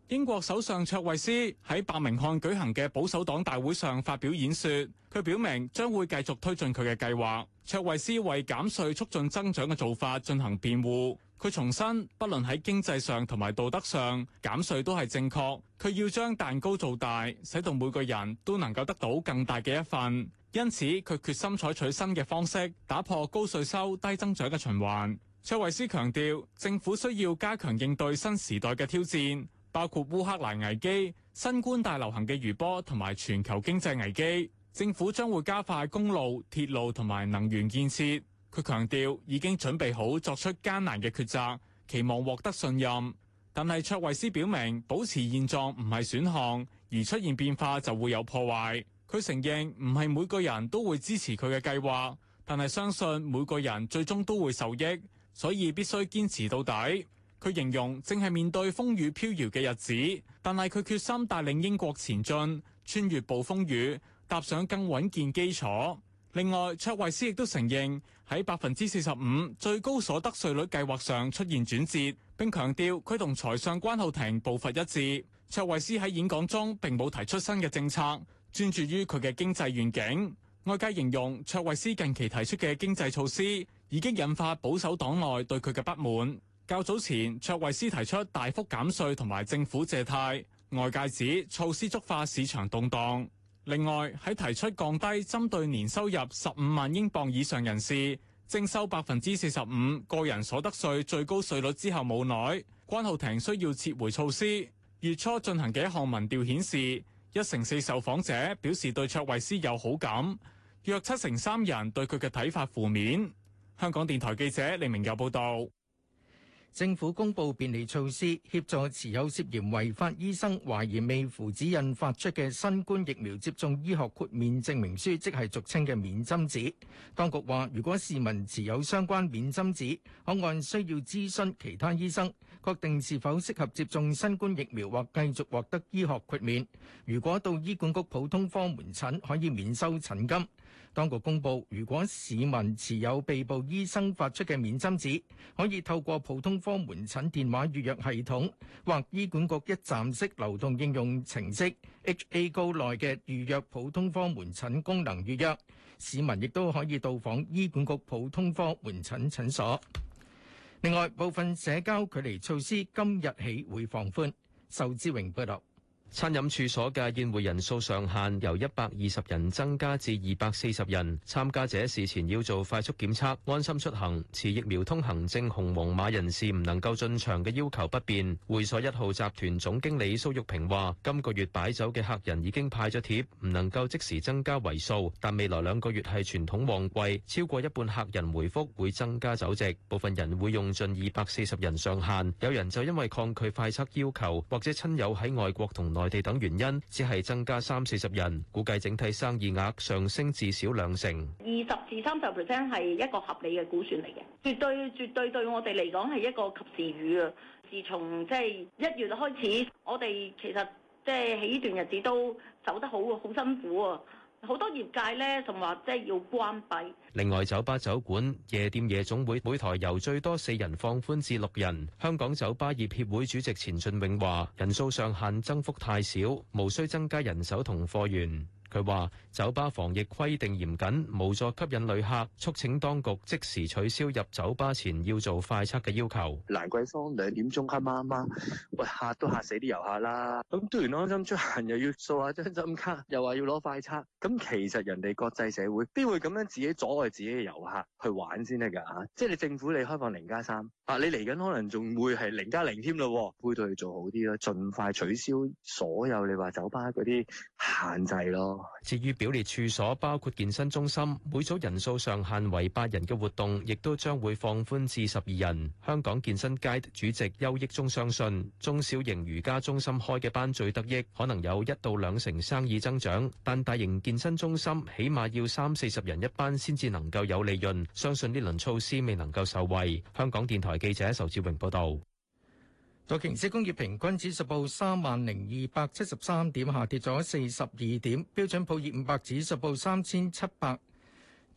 英國首相卓慧思喺伯明翰舉行嘅保守黨大會上發表演說，佢表明將會繼續推進佢嘅計劃。卓慧思為減稅促進增長嘅做法進行辯護，佢重申，不論喺經濟上同埋道德上，減稅都係正確。佢要將蛋糕做大，使到每個人都能夠得到更大嘅一份。因此，佢決心採取新嘅方式，打破高稅收低增長嘅循環。卓慧思強調，政府需要加強應對新時代嘅挑戰，包括烏克蘭危機、新冠大流行嘅餘波同埋全球經濟危機。政府將會加快公路、鐵路同埋能源建設。佢強調已經準備好作出艱難嘅抉擇，期望獲得信任。但係卓慧思表明，保持現狀唔係選項，而出現變化就會有破壞。佢承認唔係每個人都會支持佢嘅計劃，但係相信每個人最終都會受益，所以必須堅持到底。佢形容正係面對風雨飄搖嘅日子，但係佢決心帶領英國前進，穿越暴風雨，踏上更穩健基礎。另外，卓慧思亦都承認喺百分之四十五最高所得稅率計劃上出現轉折，並強調佢同財相關浩庭步伐一致。卓慧思喺演講中並冇提出新嘅政策，專注於佢嘅經濟願景。外界形容卓慧思近期提出嘅經濟措施已經引發保守黨內對佢嘅不滿。較早前，卓慧思提出大幅減稅同埋政府借貸，外界指措施觸發市場動盪。另外，喺提出降低針對年收入十五萬英鎊以上人士徵收百分之四十五個人所得稅最高稅率之後冇耐，關浩庭需要撤回措施。月初進行嘅一項民調顯示，一成四受訪者表示對卓慧思有好感，約七成三人對佢嘅睇法負面。香港電台記者李明佑報道。 政府公布便利措施，協助持有涉嫌違法醫生懷疑未符指引發出嘅新冠疫苗接種醫學豁免證明書，即係俗稱嘅免針紙。當局話，如果市民持有相關免針紙，可按需要諮詢其他醫生，確定是否適合接種新冠疫苗或繼續獲得醫學豁免。如果到醫管局普通科門診，可以免收診金。當局公布，如果市民持有被捕醫生發出嘅免針紙，可以透過普通科門診電話預約系統或醫管局一站式流動應用程式 H A Go 內嘅預約普通科門診功能預約。市民亦都可以到訪醫管局普通科門診診所。另外，部分社交距離措施今日起會放寬。仇志榮報導。 餐飲處所嘅宴會人數上限由一百二十人增加至二百四十人，參加者事前要做快速檢測，安心出行。持疫苗通行證紅黃碼人士唔能夠進場嘅要求不變。會所一號集團總經理蘇玉平話：今個月擺酒嘅客人已經派咗貼，唔能夠即時增加圍數，但未來兩個月係傳統旺季，超過一半客人回覆會增加酒席，部分人會用盡二百四十人上限，有人就因為抗拒快測要求，或者親友喺外國同內地等原因，只係增加三四十人，估計整體生意額上升至少兩成。 二十至三十 percent 係一個合理嘅估算嚟嘅，絕對絕對對我哋嚟講係一個及時雨啊！自從即係一月開始，我哋其實即係喺呢段日子都走得好好辛苦啊！好多業界咧，仲話即係要關閉。 另外，酒吧酒館、夜店夜總會每台由最多四人放寬至六人。香港酒吧業協會主席錢俊永話：人數上限增幅太少，無需增加人手同貨源。佢話：酒吧防疫規定嚴謹，無助吸引旅客，促請當局即時取消入酒吧前要做快測嘅要求。 蘭桂坊兩點鐘黑媽媽，喂，嚇都嚇死啲遊客啦！咁突然安心出行又要掃下張針卡，又話要攞快測，咁其實人哋國際社會邊會咁樣自己阻礙自己嘅遊客去玩先得㗎嚇？即係你政府你開放零加三啊，你嚟緊可能仲會係零加零添咯，配套去做好啲咯，盡快取消所有你話酒吧嗰啲限制咯。 至於表列處所，包括健身中心，每組人數上限為八人嘅活動，亦都將會放寬至十二人。香港健身界主席邱益忠相信，中小型瑜伽中心開嘅班最得益，可能有一到兩成生意增長，但大型健身中心起碼要三四十人一班先至能夠有利潤。相信呢輪措施未能夠受惠。香港電台記者仇志榮報導。 道瓊斯工業平均指數報三萬零二百七十三點，下跌咗四十二點。標準普爾五百指數報三千七百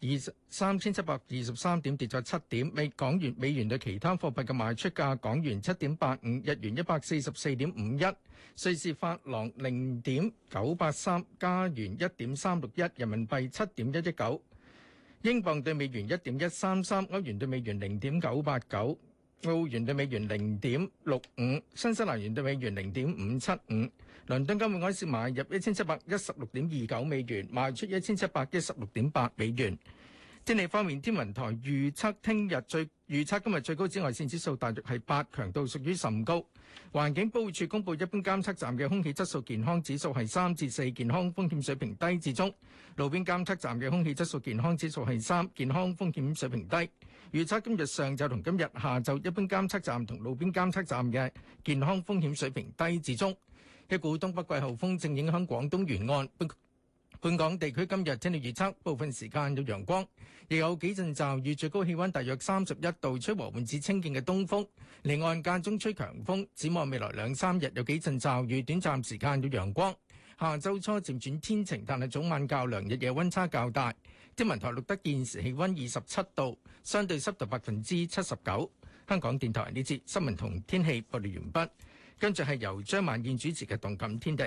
二三千七百二十三點，跌咗七點。美港元美元對其他貨幣嘅賣出價：港元七點八五，日元一百四十四點五一，瑞士法郎零點九八三，加元一點三六一，人民幣七點一一九，英鎊對美元一點一三三，歐元對美元零點九八九，澳元對美元零點六五，新西蘭元對美元零點五七五。倫敦金每安士買入一千七百一十六點二九美元，賣出一千七百一十六點八美元。天氣方面，天文台預測聽日最預測今日最高紫外線指數大約係八，強度屬於甚高。環境保護署公佈一般監測站嘅空氣質素健康指數係三至四，健康風險水平低至中；路邊監測站嘅空氣質素健康指數係三，健康風險水平低。預測今日上晝同今日下晝一般監測站同路邊監測站嘅健康風險水平低至中。一股東北季候風正影響廣東沿岸。本港地區今日天氣預測，部分時間有陽光，亦有幾陣驟雨，最高氣溫大約三十一度，吹和緩至清勁嘅東風，離岸間中吹強風。展望未來兩三日有幾陣驟雨，短暫時間有陽光。下周初漸轉天晴，但係早晚較涼，日夜溫差較大。天文台錄得現時氣溫二十七度，相對濕度百分之七十九。香港電台呢節新聞同天氣報道完畢，跟住係由張曼燕主持嘅《動感天地》。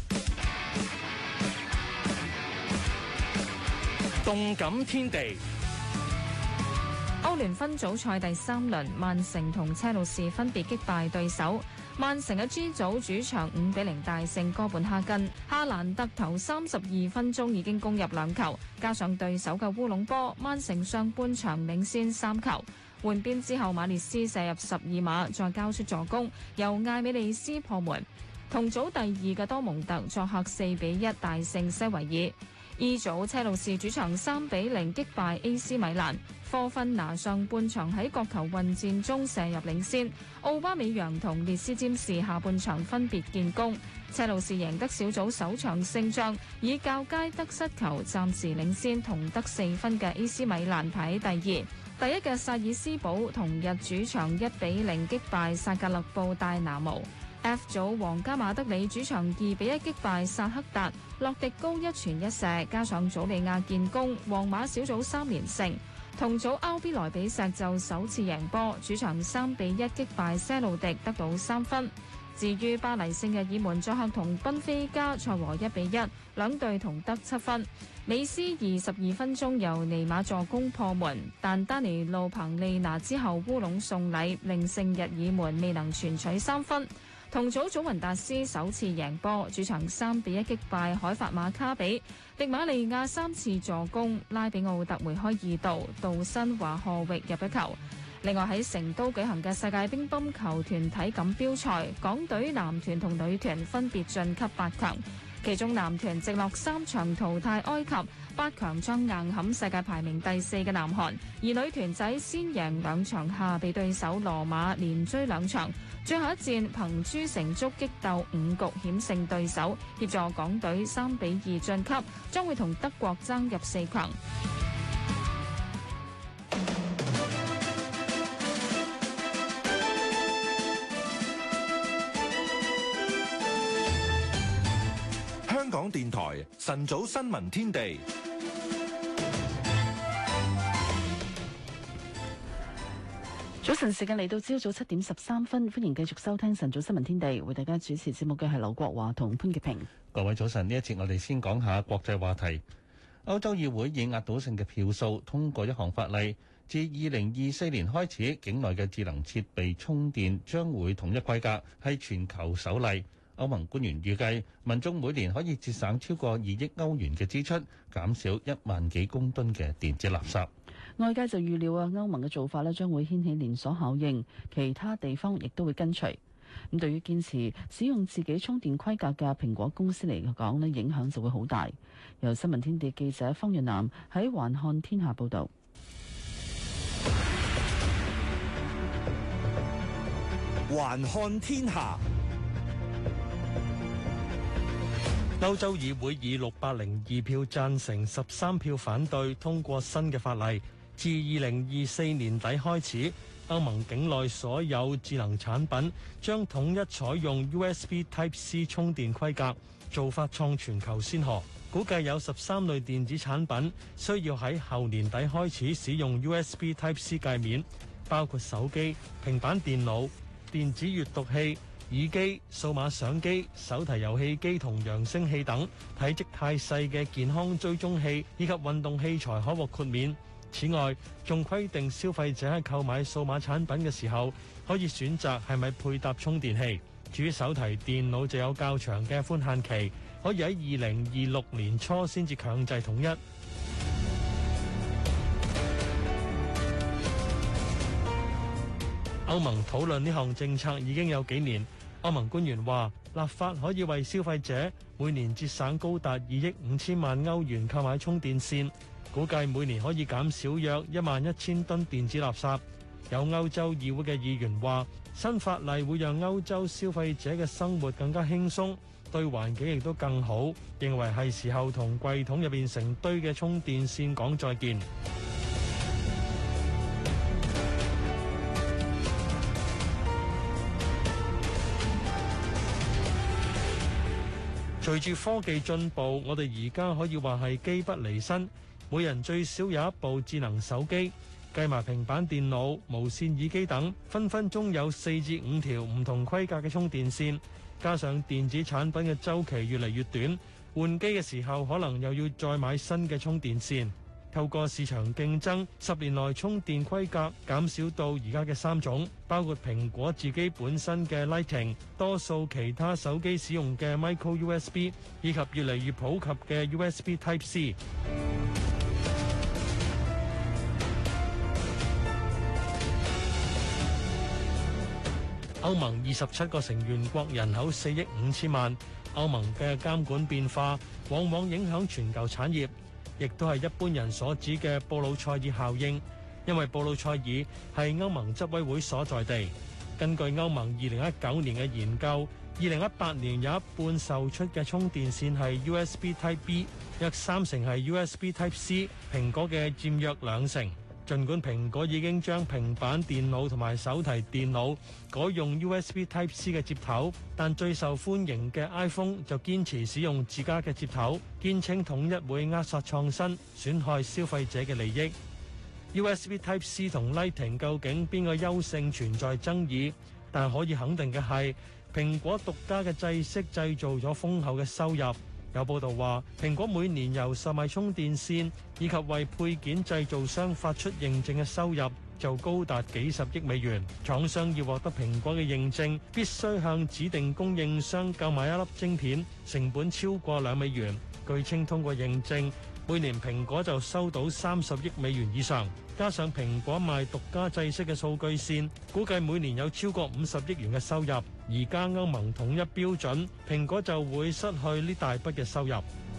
動感天地， 歐聯分組賽第三輪，曼城同車路士分別擊敗對手。曼城嘅 G 組主場五比零大勝哥本哈根，哈蘭特頭三十二分鐘已經攻入兩球，加上對手嘅烏龍波，曼城上半場領先三球。換邊之後，馬列斯射入十二碼，再交出助攻，由艾美利斯破門。同組第二嘅多蒙特作客四比一大勝西維爾。E 組車路士主場三比零擊敗 A C 米蘭，科芬拿上半場喺角球混戰中射入領先，奧巴美揚同列斯占士下半場分別建功。車路士贏得小組首場勝仗，以較佳得失球暫時領先同得四分嘅 A C 米蘭排喺第二。第一嘅薩爾斯堡同日主場一比零擊敗薩格勒布戴拿模。F 組皇家馬德里主場二比一擊敗薩克達，洛迪高一傳一射，加上祖利亞建功，皇馬小組三連勝。同組 R B 萊比錫就首次贏波，主場三比一擊敗些路迪，得到三分。至於巴黎聖日耳門作客同賓菲加賽和一比一，兩隊同得七分。美斯二十二分鐘由尼馬助攻破門，但丹尼路彭利拿之後烏龍送禮，令聖日耳門未能全取三分。同組祖雲達斯首次贏波，主場三比一擊敗海法馬卡比，迪馬利亞三次助攻，拉比奧特梅開二度，杜新華賀域入一球。另外喺成都舉行嘅世界乒乓球團體錦標賽，港隊男團同女團分別晉級八強。其中男團直落三場淘汰埃及，八強將硬撼世界排名第四嘅南韓；而女團仔先贏兩場下被對手羅馬連追兩場，最後一戰憑朱成竹擊鬥五局險勝對手，協助港隊三比二晉級，將會同德國爭入四強。 香港電台晨早新聞天地， 早晨時間嚟到朝早七點十三分，歡迎繼續收聽晨早新聞天地，為大家主持節目嘅係劉國華同潘潔平。 各位早晨，呢一節我哋先講下國際話題。歐洲議會以壓倒性嘅票數通過一項法例，自二零二四年開始，境內嘅智能設備充電將會統一規格，係全球首例。歐盟官員預計，民眾每年可以節省超過二億歐元嘅支出，減少一萬幾公噸嘅電子垃圾。 外界就預料啊，歐盟嘅做法咧將會掀起連鎖效應，其他地方亦都會跟隨。咁對於堅持使用自己充電規格嘅蘋果公司嚟講咧，影響就會好大。由新聞天地記者方潤南喺環看天下報導。 環看天下。歐洲議會以六百零二票贊成、十三票反對通過新嘅法例，自二零二四年底開始， 歐盟境內所有智能產品將統一採用 U S B Type C 充電規格，做法創全球先河。估計有十三類電子產品需要喺後年底開始使用 U S B Type C 界面，包括手機、平板電腦、電子閱讀器、耳機、數碼相機、手提遊戲機同揚聲器等。體積太細嘅健康追蹤器以及運動器材可獲豁免。此外，仲規定消費者喺購買數碼產品嘅時候，可以選擇係咪配搭充電器。至於手提電腦就有較長嘅寬限期，可以喺二零二六年初先至強制統一。歐盟討論呢項政策已經有幾年。歐盟官員話，立法可以為消費者每年節省高達二億五千萬歐元購買充電線，估計每年可以減少約一萬一千噸電子垃圾。有歐洲議會嘅議員話，新法例會讓歐洲消費者嘅生活更加輕鬆，對環境亦都更好，認為係時候同櫃桶入邊成堆嘅充電線講再見。隨住科技進步，我哋而家可以話係機不離身，每人最少有一部智能手機，計埋平板電腦、無線耳機等，分分鐘有四至五條唔同規格嘅充電線。加上電子產品嘅週期越嚟越短，換機嘅時候可能又要再買新嘅充電線。透過市場競爭，十年內充電規格減少到而家嘅三種，包括蘋果自己本身嘅 Lightning， 多數其他手機使用嘅 Micro U S B， 以及越嚟越普及嘅 U S B Type C。歐盟二十七個成員國人口四億五千萬，歐盟嘅監管變化往往影響全球產業，亦都係一般人所指嘅布魯塞爾效應，因為布魯塞爾係歐盟執委會所在地。根據歐盟二零一九年嘅研究，二零一八年有一半售出嘅充電線係 U S B Type B， 約三成係 U S B Type C， 蘋果嘅佔約兩成。儘管蘋果已經將平板電腦同埋手提電腦改用 U S B Type C 嘅接頭，但最受歡迎嘅 iPhone 就堅持使用自家嘅接頭，堅稱統一會扼殺創新，損害消費者嘅利益。U S B Type C 同 Lightning 究竟邊個優勝存在爭議，但可以肯定嘅係，蘋果獨家嘅制式製造咗豐厚嘅收入。有報道話，蘋果每年由售賣充電線以及為配件製造商發出認證嘅收入就高達幾十億美元。廠商要獲得蘋果嘅認證，必須向指定供應商購買一粒晶片，成本超過兩美元。據稱通過認證，每年蘋果就收到三十億美元以上。加上蘋果賣獨家製式嘅數據線，估計每年有超過五十億元嘅收入。而家歐盟統一標準，蘋果就會失去呢大筆嘅收入。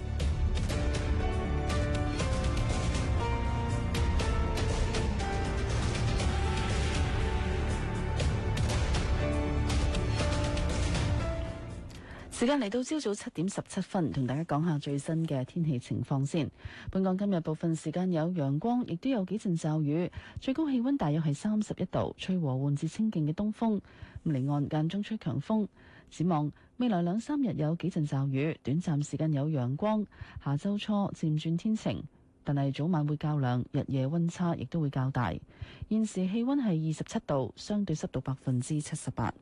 時間嚟到朝早七點十七分，同大家講下最新嘅天氣情況先。本港今日部分時間有陽光，亦都有幾陣驟雨，最高氣溫大約係三十一度，吹和緩至清勁嘅東風。離岸間中吹強風。展望未來兩三日有幾陣驟雨，短暫時間有陽光。下周初漸轉天晴，但係早晚會較涼，日夜溫差亦都會較大。現時氣溫係二十七度，相對濕度百分之七十八。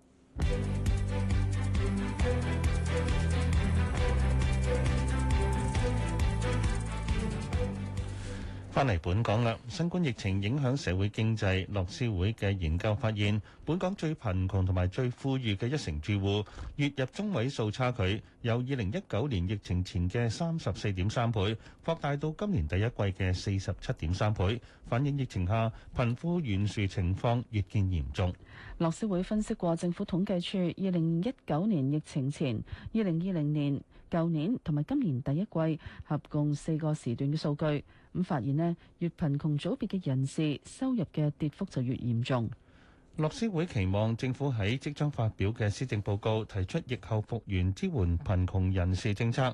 翻嚟本港啦，新冠疫情影響社會經濟。樂施會嘅研究發現，本港最貧窮同埋最富裕嘅一成住戶，月入中位數差距由二零一九年疫情前嘅三十四點三倍，擴大到今年第一季嘅四十七點三倍，反映疫情下貧富懸殊情況越見嚴重。 樂施會分析過政府統計處二零一九年疫情前、二零二零年、舊年同埋今年第一季合共四個時段嘅數據。咁發現呢，越貧窮組別嘅人士收入嘅跌幅就越嚴重。 樂施會期望政府喺即將發表嘅施政報告提出疫後復原支援貧窮人士政策。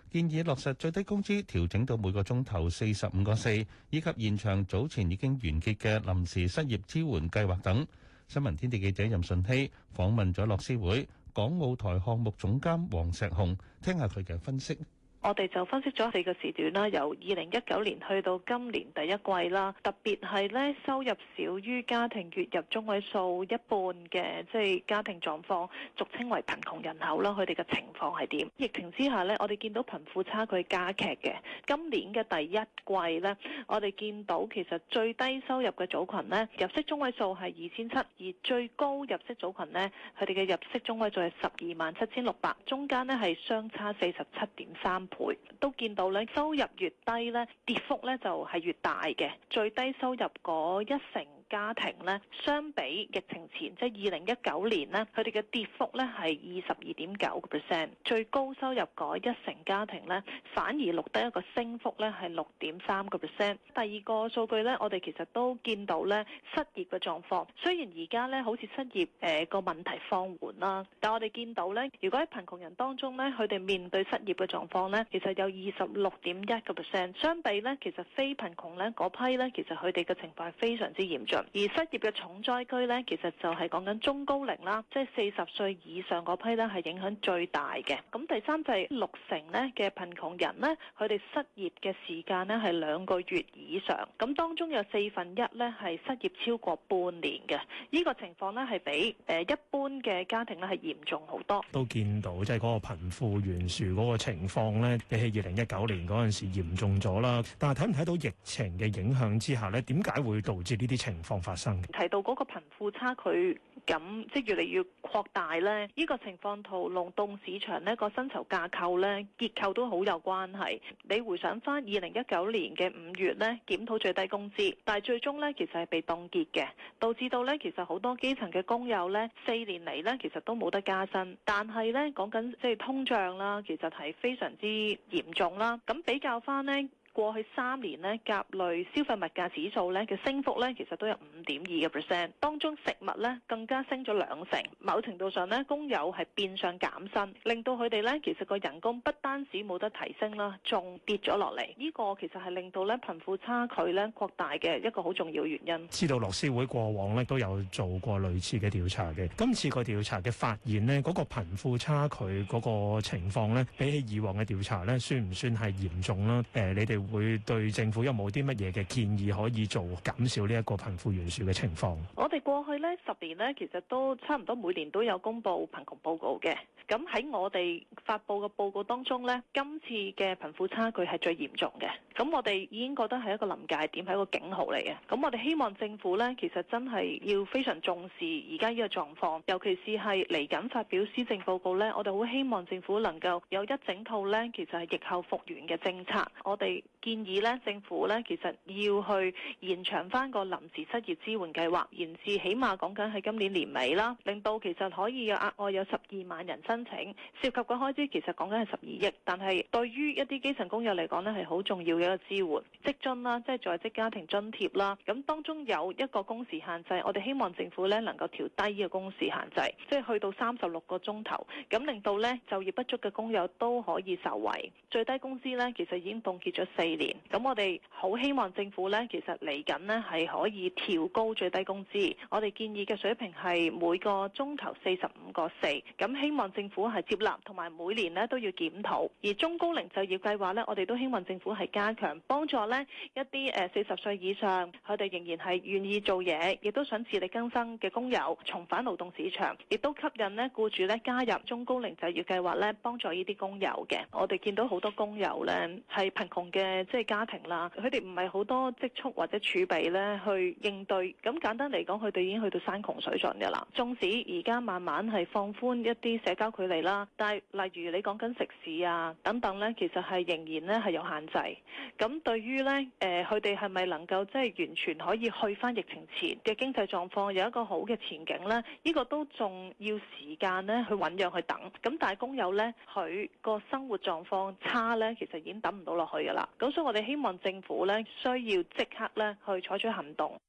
建議落實最低工資調整到每個鐘頭四十五個四，以及延長早前已經完結嘅臨時失業支援計劃等。新聞天地記者任順熙訪問咗樂施會港澳台項目總監黃石雄，聽下佢嘅分析。 我哋就分析咗四個時段啦，由二零一九年去到今年第一季啦，特別係咧收入少於家庭月入中位數一半嘅，即係家庭狀況，俗稱為貧窮人口啦，佢哋嘅情況係點？疫情之下呢，我哋見到貧富差距加劇嘅。今年嘅第一季呢，我哋見到其實最低收入嘅組群呢，入息中位數係二千七，而最高入息組群呢，佢哋嘅入息中位數係十二萬七千六百，中間呢係相差四十七點三倍。都見到咧，收入越低咧，跌幅咧就係越大嘅。最低收入嗰一成家庭咧，相比疫情前即係二零一九年咧，佢哋嘅跌幅咧係二十二點九個 percent。最高收入嗰一成家庭咧，反而錄得一個升幅咧係六點三個 percent。第二個數據咧，我哋其實都見到咧失業嘅狀況。雖然而家咧好似失業誒個問題放緩啦，但我哋見到咧，如果喺貧窮人當中咧，佢哋面對失業嘅狀況咧，其實有二十六點一個 percent。相比咧，其實非貧窮咧嗰批咧，其實佢哋嘅情況係非常之嚴峻。而失業嘅重災區呢，其實就係講緊中高齡啦，即係四十歲以上嗰批呢，係影響最大嘅。咁第三就係六成呢嘅貧窮人呢，佢哋失業嘅時間呢係兩個月以上。咁當中有四分一呢係失業超過半年嘅。呢個情況呢係比誒一般嘅家庭呢係嚴重好多。 都見到即係嗰個貧富懸殊嗰個情況呢，比起二零一九年嗰陣時嚴重咗啦。但係睇唔睇到疫情嘅影響之下呢，點解會導致呢啲情況發生？ 提到嗰個貧富差距咁，即係越嚟越擴大咧，呢、這個情況同勞動市場呢個薪酬架構咧結構都好有關係。你回想翻二零一九年嘅五月咧，檢討最低工資，但係最終咧其實係被凍結嘅，導致到咧其實好多基層嘅工友咧四年嚟咧其實都冇得加薪。但係咧講緊即係通脹啦，其實係非常之嚴重啦。咁比較翻呢。過去三年呢，甲類消費物價指數呢嘅升幅呢，其實都有五點二個 percent，當中食物呢更加升咗兩成。某程度上呢，工友係變相減薪，令到佢哋呢其實個人工不單止冇得提升啦，仲跌咗落嚟。呢個其實係令到呢貧富差距呢擴大嘅一個好重要原因。 知道樂施會過往呢都有做過類似嘅調查嘅，今次個調查嘅發現呢，嗰個貧富差距嗰個情況呢，比起以往嘅調查呢，算唔算係嚴重啦？誒，你哋會對政府有冇啲乜嘢嘅建議可以做減少呢一個貧富懸殊嘅情況？ 我哋過去呢十年呢，其實都差唔多每年都有公布貧窮報告嘅。咁喺我哋發布嘅報告當中呢，今次嘅貧富差距係最嚴重嘅。咁我哋已經覺得係一個臨界點，係一個警號嚟嘅。咁我哋希望政府呢，其實真係要非常重視而家呢個狀況，尤其是係嚟緊發表施政報告呢，我哋好希望政府能夠有一整套呢，其實係疫後復原嘅政策。我哋建議呢，政府呢，其實要去延長翻個臨時失業支援計劃，延至起碼講緊喺今年年尾啦，令到其實可以有額外有十二萬人申請，涉及嘅開支其實講緊係十二億，但係對於一啲基層工友嚟講呢，係好重要嘅一個支援。職津啦，即係在職家庭津貼啦，咁當中有一個工時限制，我哋希望政府呢能夠調低呢個工時限制，即係去到三十六個鐘頭，咁令到呢就業不足嘅工友都可以受惠。最低工資呢，其實已經凍結咗四年，咁我哋好希望政府呢，其實嚟緊呢係可以調高最低工資。我哋建議嘅水平係每個鐘頭四十五個四，咁希望政府係接納，同埋每年呢都要檢討。而中高齡就業計劃呢，我哋都希望政府係加強幫助呢一啲誒四十歲以上，佢哋仍然係願意做嘢，亦都想自力更生嘅工友重返勞動市場，亦都吸引呢僱主呢加入中高齡就業計劃呢，幫助呢啲工友嘅。我哋見到好多工友呢係貧窮嘅即係家庭啦，佢哋唔係好多積蓄或者儲備呢去應對。咁簡單嚟講，佢哋已經去到山窮水盡嘅啦。縱使而家慢慢係放寬一啲社交距離啦，但係例如你講緊食肆啊等等呢，其實係仍然呢係有限制。咁對於呢，誒佢哋係咪能夠即係完全可以去翻疫情前嘅經濟狀況有一個好嘅前景呢？呢個都仲要時間呢去醖釀去等。咁但係工友呢，佢個生活狀況差呢，其實已經等唔到落去噶啦。咁所以我哋希望政府呢，需要即刻呢去採取行動。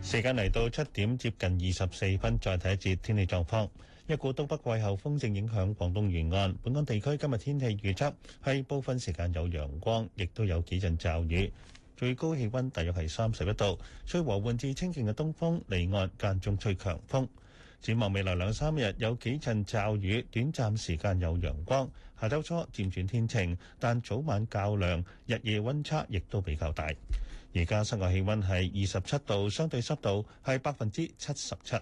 時間嚟到七點接近二十四分，再睇一節天氣狀況。一股東北季候風正影響廣東沿岸，本港地區今日天氣預測係部分時間有陽光，亦都有幾陣驟雨，最高氣溫大約係三十一度，吹和緩至清勁嘅東風，離岸間中吹強風。展望未來兩三日有幾陣驟雨，短暫時間有陽光，下週初漸轉天晴，但早晚較涼，日夜溫差亦都比較大。而家室外氣溫係二十七度，相對濕度係百分之七十七。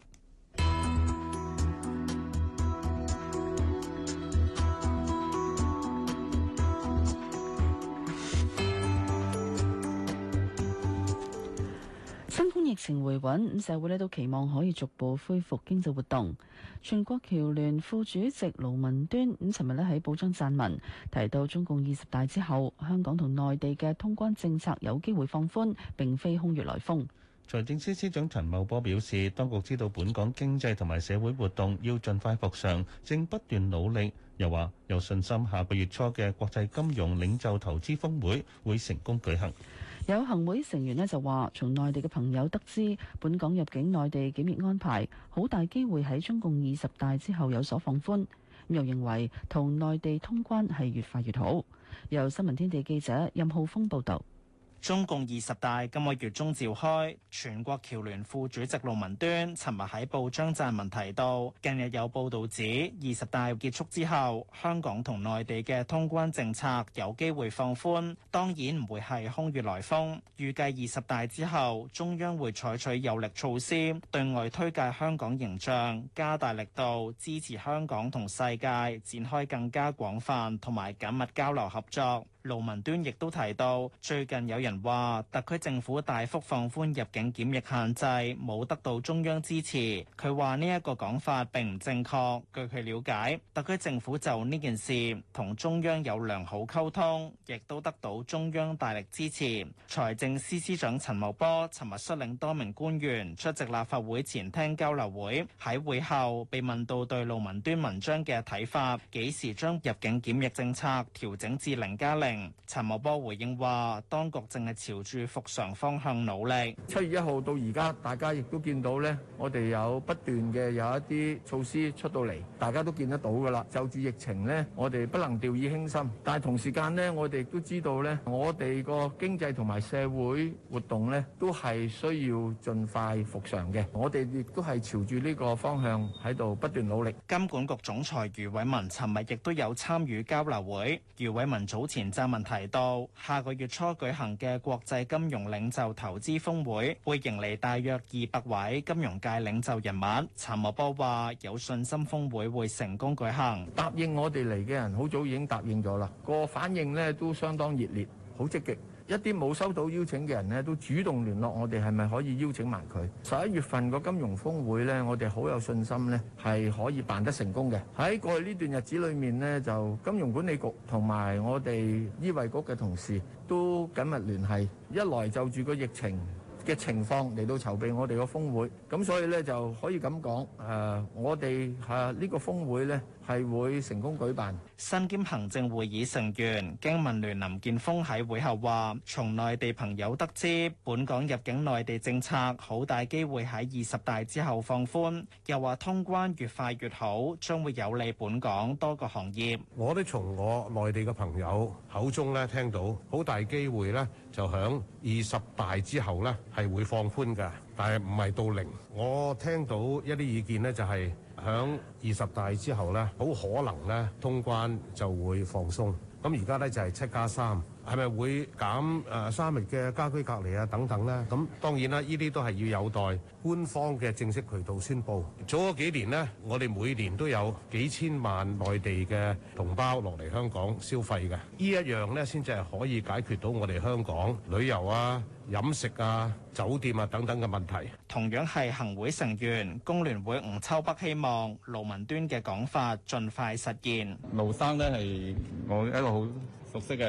新冠疫情回穩，咁社會咧都期望可以逐步恢復經濟活動。全國僑聯副主席盧文端咁，尋日咧喺報章撰文，提到中共二十大之後，香港同內地嘅通關政策有機會放寬，並非空穴來風。 財政司司長陳茂波表示，當局知道本港經濟同埋社會活動要盡快復常，正不斷努力。又話有信心下個月初嘅國際金融領袖投資峰會會成功舉行。 有行會成員咧就話，從內地嘅朋友得知，本港入境內地檢疫安排好大機會喺中共二十大之後有所放寬。又認為同內地通關係越快越好。由新聞天地記者任浩峰報導。 中共二十大今個月中召開，全國僑聯副主席盧文端尋日喺報章撰文提到，近日有報導指二十大結束之後，香港同內地嘅通關政策有機會放寬，當然唔會係空穴來風。預計二十大之後，中央會採取有力措施，對外推介香港形象，加大力度支持香港同世界展開更加廣泛同埋緊密交流合作。盧文端亦都提到，最近有人話特區政府大幅放寬入境檢疫限制，冇得到中央支持。佢話呢一個講法並唔正確。據佢了解，特區政府就呢件事同中央有良好溝通，亦都得到中央大力支持。財政司司長陳茂波尋日率領多名官員出席立法會前廳交流會，喺會後被問到對盧文端文章嘅睇法，幾時將入境檢疫政策調整至零加零？陳茂波回應話，當局正係朝住復常方向努力。 七月一號到而家，大家亦都見到咧，我哋有不斷嘅有一啲措施出到嚟，大家都見得到㗎啦。就住疫情咧，我哋不能掉以輕心，但係同時間咧，我哋亦都知道咧，我哋個經濟同埋社會活動咧，都係需要盡快復常嘅。我哋亦都係朝住呢個方向喺度不斷努力。 金管局總裁余偉文尋日亦都有參與交流會。余偉文早前撰文提到，下個月初舉行嘅國際金融領袖投資峰會會迎嚟大約二百位金融界領袖人物。陳茂波話有信心峰會會成功舉行。 答應我哋嚟嘅人好早已經答應咗啦，個反應呢都相當熱烈，好積極。一啲冇收到邀請嘅人呢，都主動聯絡我哋，係咪可以邀請埋佢？十一月份個金融峰會呢，我哋好有信心呢，係可以辦得成功嘅。喺過去呢段日子裏面呢，就金融管理局同埋我哋醫衛局嘅同事都緊密聯繫，一來就住個疫情嘅情況嚟到籌備我哋個峰會，咁所以呢就可以咁講，誒，我哋誒呢個峰會呢係會成功舉辦。 身兼行政會議成員經民聯林健鋒喺會後話，從內地朋友得知，本港入境內地政策好大機會喺二十大之後放寬，又話通關越快越好，將會有利本港多個行業。 我都從我內地嘅朋友口中咧聽到，好大機會咧就響二十大之後咧係會放寬㗎，但係唔係到零。我聽到一啲意見咧就係、是。響二十大之後咧，好可能咧通關就會放鬆。咁而家咧就係七加三，係咪會減誒三日嘅家居隔離啊等等咧？咁當然啦，呢啲都係要有待官方嘅正式渠道宣佈。早嗰幾年呢，我哋每年都有幾千萬內地嘅同胞落嚟香港消費嘅，呢一樣咧先至係可以解決到我哋香港旅遊啊、飲食啊、酒店啊等等嘅問題。 同樣係行會成員，工聯會吳秋北希望盧文端嘅講法盡快實現。 盧生呢係我一個好熟悉嘅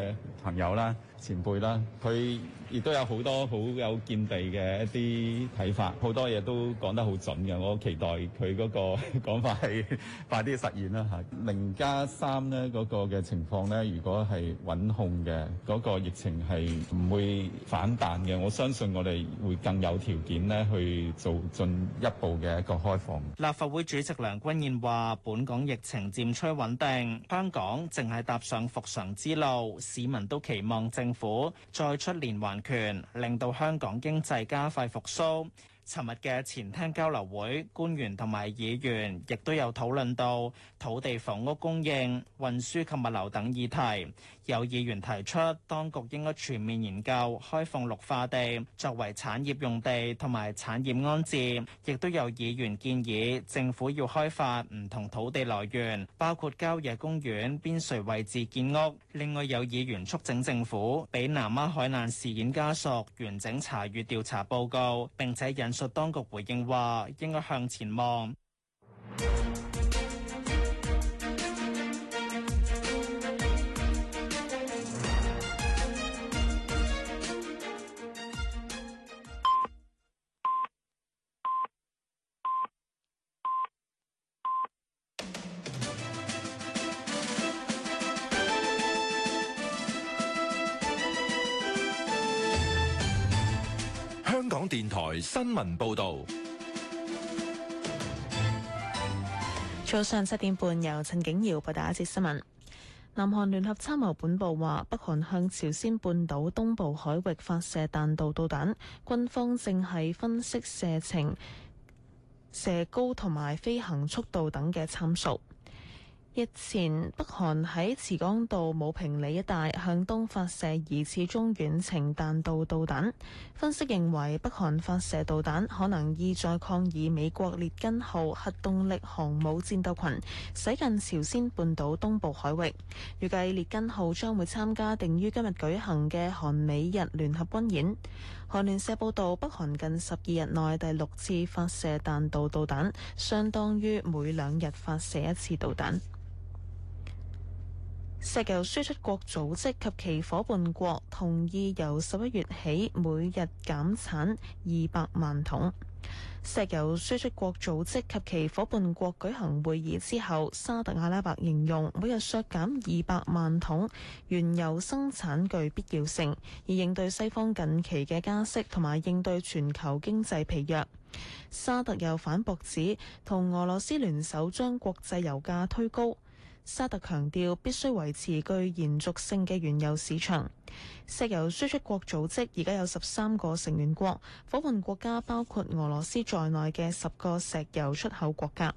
朋友啦、前輩啦，佢亦都有好多好有見地嘅一啲睇法，好多嘢都講得好準嘅。我期待佢嗰個講法係快啲實現啦嚇。零加三咧嗰個嘅情況咧，如果係穩控嘅，嗰個疫情係唔會反彈嘅。我相信我哋會更有條件咧去做進一步嘅一個開放。 立法會主席梁君彥話：本港疫情漸趨穩定，香港淨係踏上復常之路，市民都期望政府再出連環拳，令到香港經濟加快復甦。尋日嘅前廳交流會，官員同埋議員亦都有討論到土地房屋供應、運輸及物流等議題。有議員提出，當局應該全面研究開放綠化地作為產業用地同埋產業安置。亦都有議員建議政府要開發唔同土地來源，包括郊野公園邊陲位置建屋。另外有議員促請政府俾南丫海難事件家屬完整查閱調查報告，並且引述當局回應話應該向前望。 香港電台新聞報道， 早上七點半由陳景瑤報道一節新聞。南韓聯合參謀本部話，北韓向朝鮮半島東部海域發射彈道導彈，軍方正係分析射程、射高同埋飛行速度等嘅參數。日前，北韓喺慈江道武平里一帶向東發射疑似中遠程彈道導彈。分析認為，北韓發射導彈可能意在抗議美國列根號核動力航母戰鬥群駛近朝鮮半島東部海域。預計列根號將會參加定於今日舉行嘅韓美日聯合軍演。韓聯社報道，北韓近十二日內第六次發射彈道導彈，相當於每兩日發射一次導彈。石油輸出國組織及其夥伴國同意由十一月起每日減產二百萬桶。石油輸出國組織及其夥伴國舉行會議之後，沙特阿拉伯形容每日削減二百萬桶原油生產具必要性，以應對西方近期嘅加息同埋應對全球經濟疲弱。沙特又反駁指，同俄羅斯聯手將國際油價推高。沙特強調必須維持具延續性嘅原油市場。石油輸出國組織而家有十三個成員國，夥伴國家包括俄羅斯在內嘅十個石油出口國家。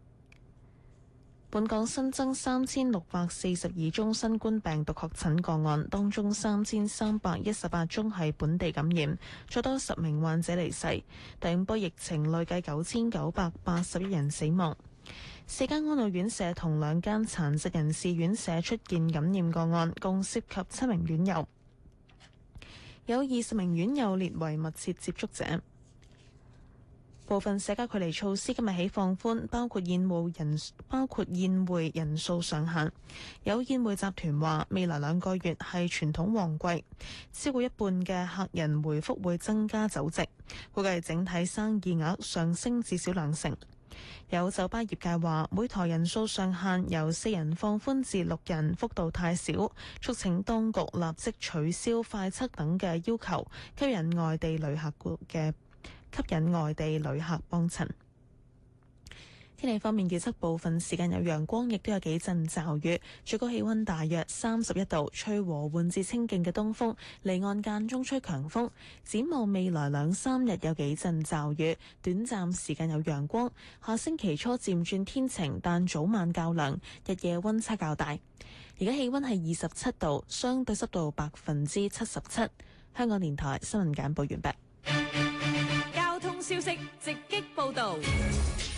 本港新增三千六百四十二宗新冠病毒確診個案，當中三千三百一十八宗係本地感染，再多十名患者離世。第五波疫情累計九千九百八十一人死亡。四間安老院舍同兩間殘疾人士院舍出現感染個案，共涉及七名院友，有二十名院友列為密切接觸者。部分社交距離措施今日起放寬，包括宴會人包括宴會人數上限。有宴會集團話，未來兩個月係傳統旺季，超過一半嘅客人回覆會增加酒席，估計整體生意額上升至少兩成。有酒吧業界話，每台人數上限由四人放寬至六人，幅度太少，促請當局立即取消快測等嘅要求，吸引外地旅客嘅吸引外地旅客幫襯。天氣方面，預測部分時間有陽光，亦都有幾陣驟雨，最高氣溫大約三十一度，吹和緩至清勁嘅東風，離岸間中吹強風。展望未來兩三日有幾陣驟雨，短暫時間有陽光。下星期初漸轉天晴，但早晚較涼，日夜溫差較大。而家氣溫係二十七度，相對濕度百分之七十七。香港電台新聞簡報完畢。 交通消息直擊報道。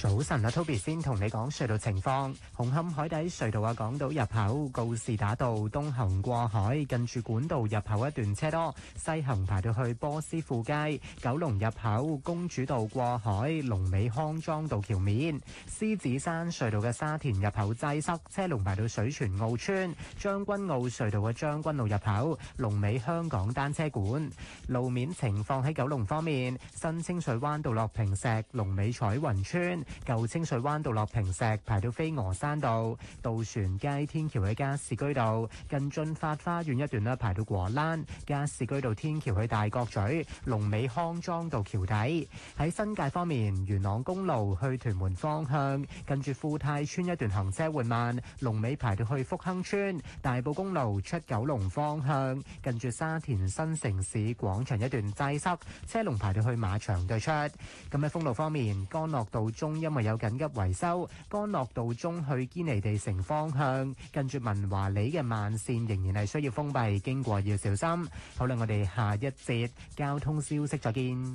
早晨啊，Toby 先同你講隧道情況。紅磡海底隧道啊，港島入口告士打道東行過海，近住管道入口一段車多；西行排到去波斯富街。九龍入口公主道過海，龍尾康莊道橋面。獅子山隧道嘅沙田入口擠塞，車龍排到水泉澳村。將軍澳隧道嘅將軍澳入口，龍尾香港單車館。路面情況喺九龍方面，新清水灣道落坪石，龍尾彩雲村。舊清水灣道落坪石排到飛鵝山道，渡船街天橋喺加士居道近駿發花園一段咧排到果欄，加士居道天橋去大角咀，龍尾康莊道橋底。喺新界方面，元朗公路去屯門方向近住富泰村一段行車緩慢，龍尾排到去福亨村。大埔公路出九龍方向近住沙田新城市廣場一段擠塞，車龍排到去馬場對出。咁喺封路方面，干諾道中因為有緊急維修，干諾道中去堅尼地城方向近住文華里嘅慢線仍然係需要封閉，經過要小心。好啦，我哋下一節交通消息再見。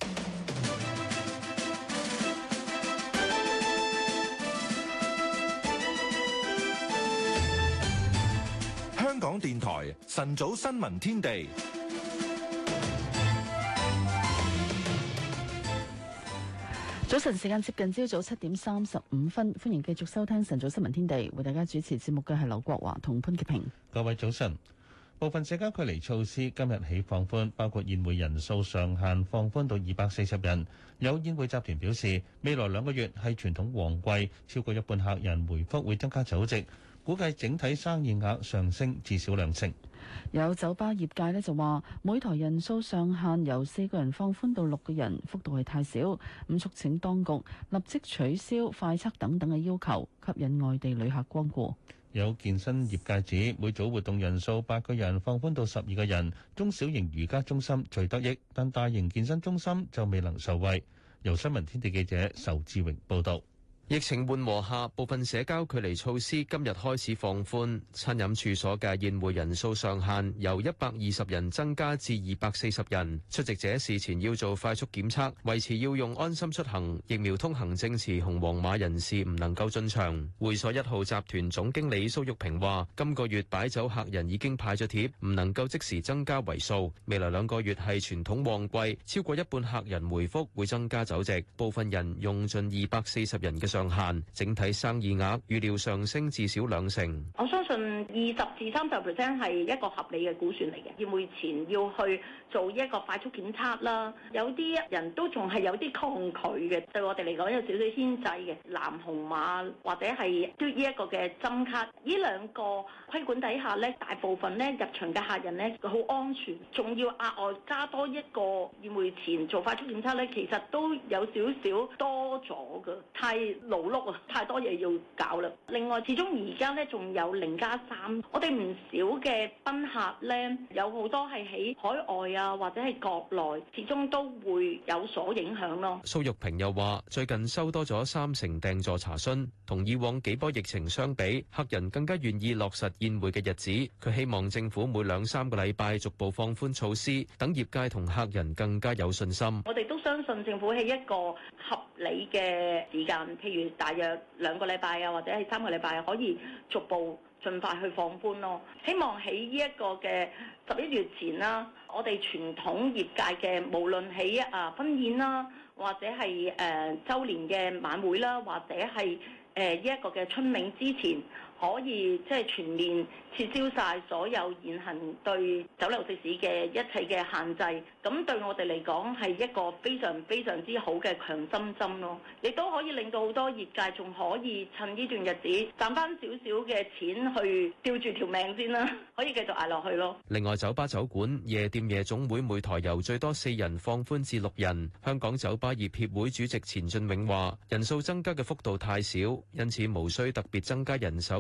香港電台晨早新聞天地。 早晨時間接近朝早七點三十五分，歡迎繼續收聽晨早新聞天地，為大家主持節目嘅係劉國華同潘潔平。 各位早晨。部分社交距離措施今日起放寬，包括宴會人數上限放寬到二百四十人。有宴會集團表示，未來兩個月係傳統旺季，超過一半客人回覆會增加酒席，估計整體生意額上升至少兩成。 有酒吧業界呢就話，每台人數上限由四個人放寬到六個人，幅度係太少，咁促請當局立即取消快測等等嘅要求，吸引外地旅客光顧。 有健身業界指，每組活動人數八個人放寬到十二個人，中小型瑜伽中心最得益，但大型健身中心就未能受惠。由新聞天地記者仇志榮報導。 疫情緩和下，部分社交距離措施今日開始放寬，餐飲處所嘅宴會人數上限由一百二十人增加至二百四十人。出席者事前要做快速檢測，維持要用安心出行、疫苗通行證持紅黃碼人士唔能夠進場。會所一號集團總經理蘇玉平話：今個月擺酒客人已經派咗帖，唔能夠即時增加圍數。未來兩個月係傳統旺季，超過一半客人回覆會增加酒席，部分人用盡二百四十人嘅上限，整體生意額預料上升至少兩成。 我相信二十至三十 percent 係一個合理嘅估算嚟嘅。宴會前要去做一個快速檢測啦，有啲人都仲係有啲抗拒嘅，對我哋嚟講有少少牽制嘅。藍紅碼或者係都呢一個嘅針卡，呢兩個規管底下咧，大部分咧入場嘅客人咧好安全，仲要額外加多一個宴會前做快速檢測咧，其實都有少少多咗嘅，太勞碌啊，太多嘢要搞啦。另外，始終而家咧仲有零加三，我哋唔少嘅賓客咧，有好多係喺海外啊，或者係國內，始終都會有所影響咯。 蘇玉平又話：最近收多咗三成訂座查詢，同以往幾波疫情相比，客人更加願意落實宴會嘅日子。佢希望政府每兩三個禮拜逐步放寬措施，等業界同客人更加有信心。 我哋都相信政府喺一個合理嘅時間，譬如大約兩個禮拜啊，或者係三個禮拜，可以逐步盡快去放寬咯。希望喺呢一個嘅十一月前啦，我哋傳統業界嘅無論喺啊婚宴啦，或者係誒週年嘅晚會啦，或者係誒呢一個嘅春茗之前，可以即係全面撤銷晒所有現行對酒樓食肆嘅一切嘅限制，咁對我哋嚟講係一個非常非常之好嘅強心針咯，亦都可以令到好多業界仲可以趁呢段日子賺翻少少嘅錢去吊住條命先啦，可以繼續捱落去咯。 另外，酒吧酒館、夜店夜總會每台由最多四人放寬至六人。香港酒吧業協會主席錢俊永話：人數增加嘅幅度太少，因此無需特別增加人手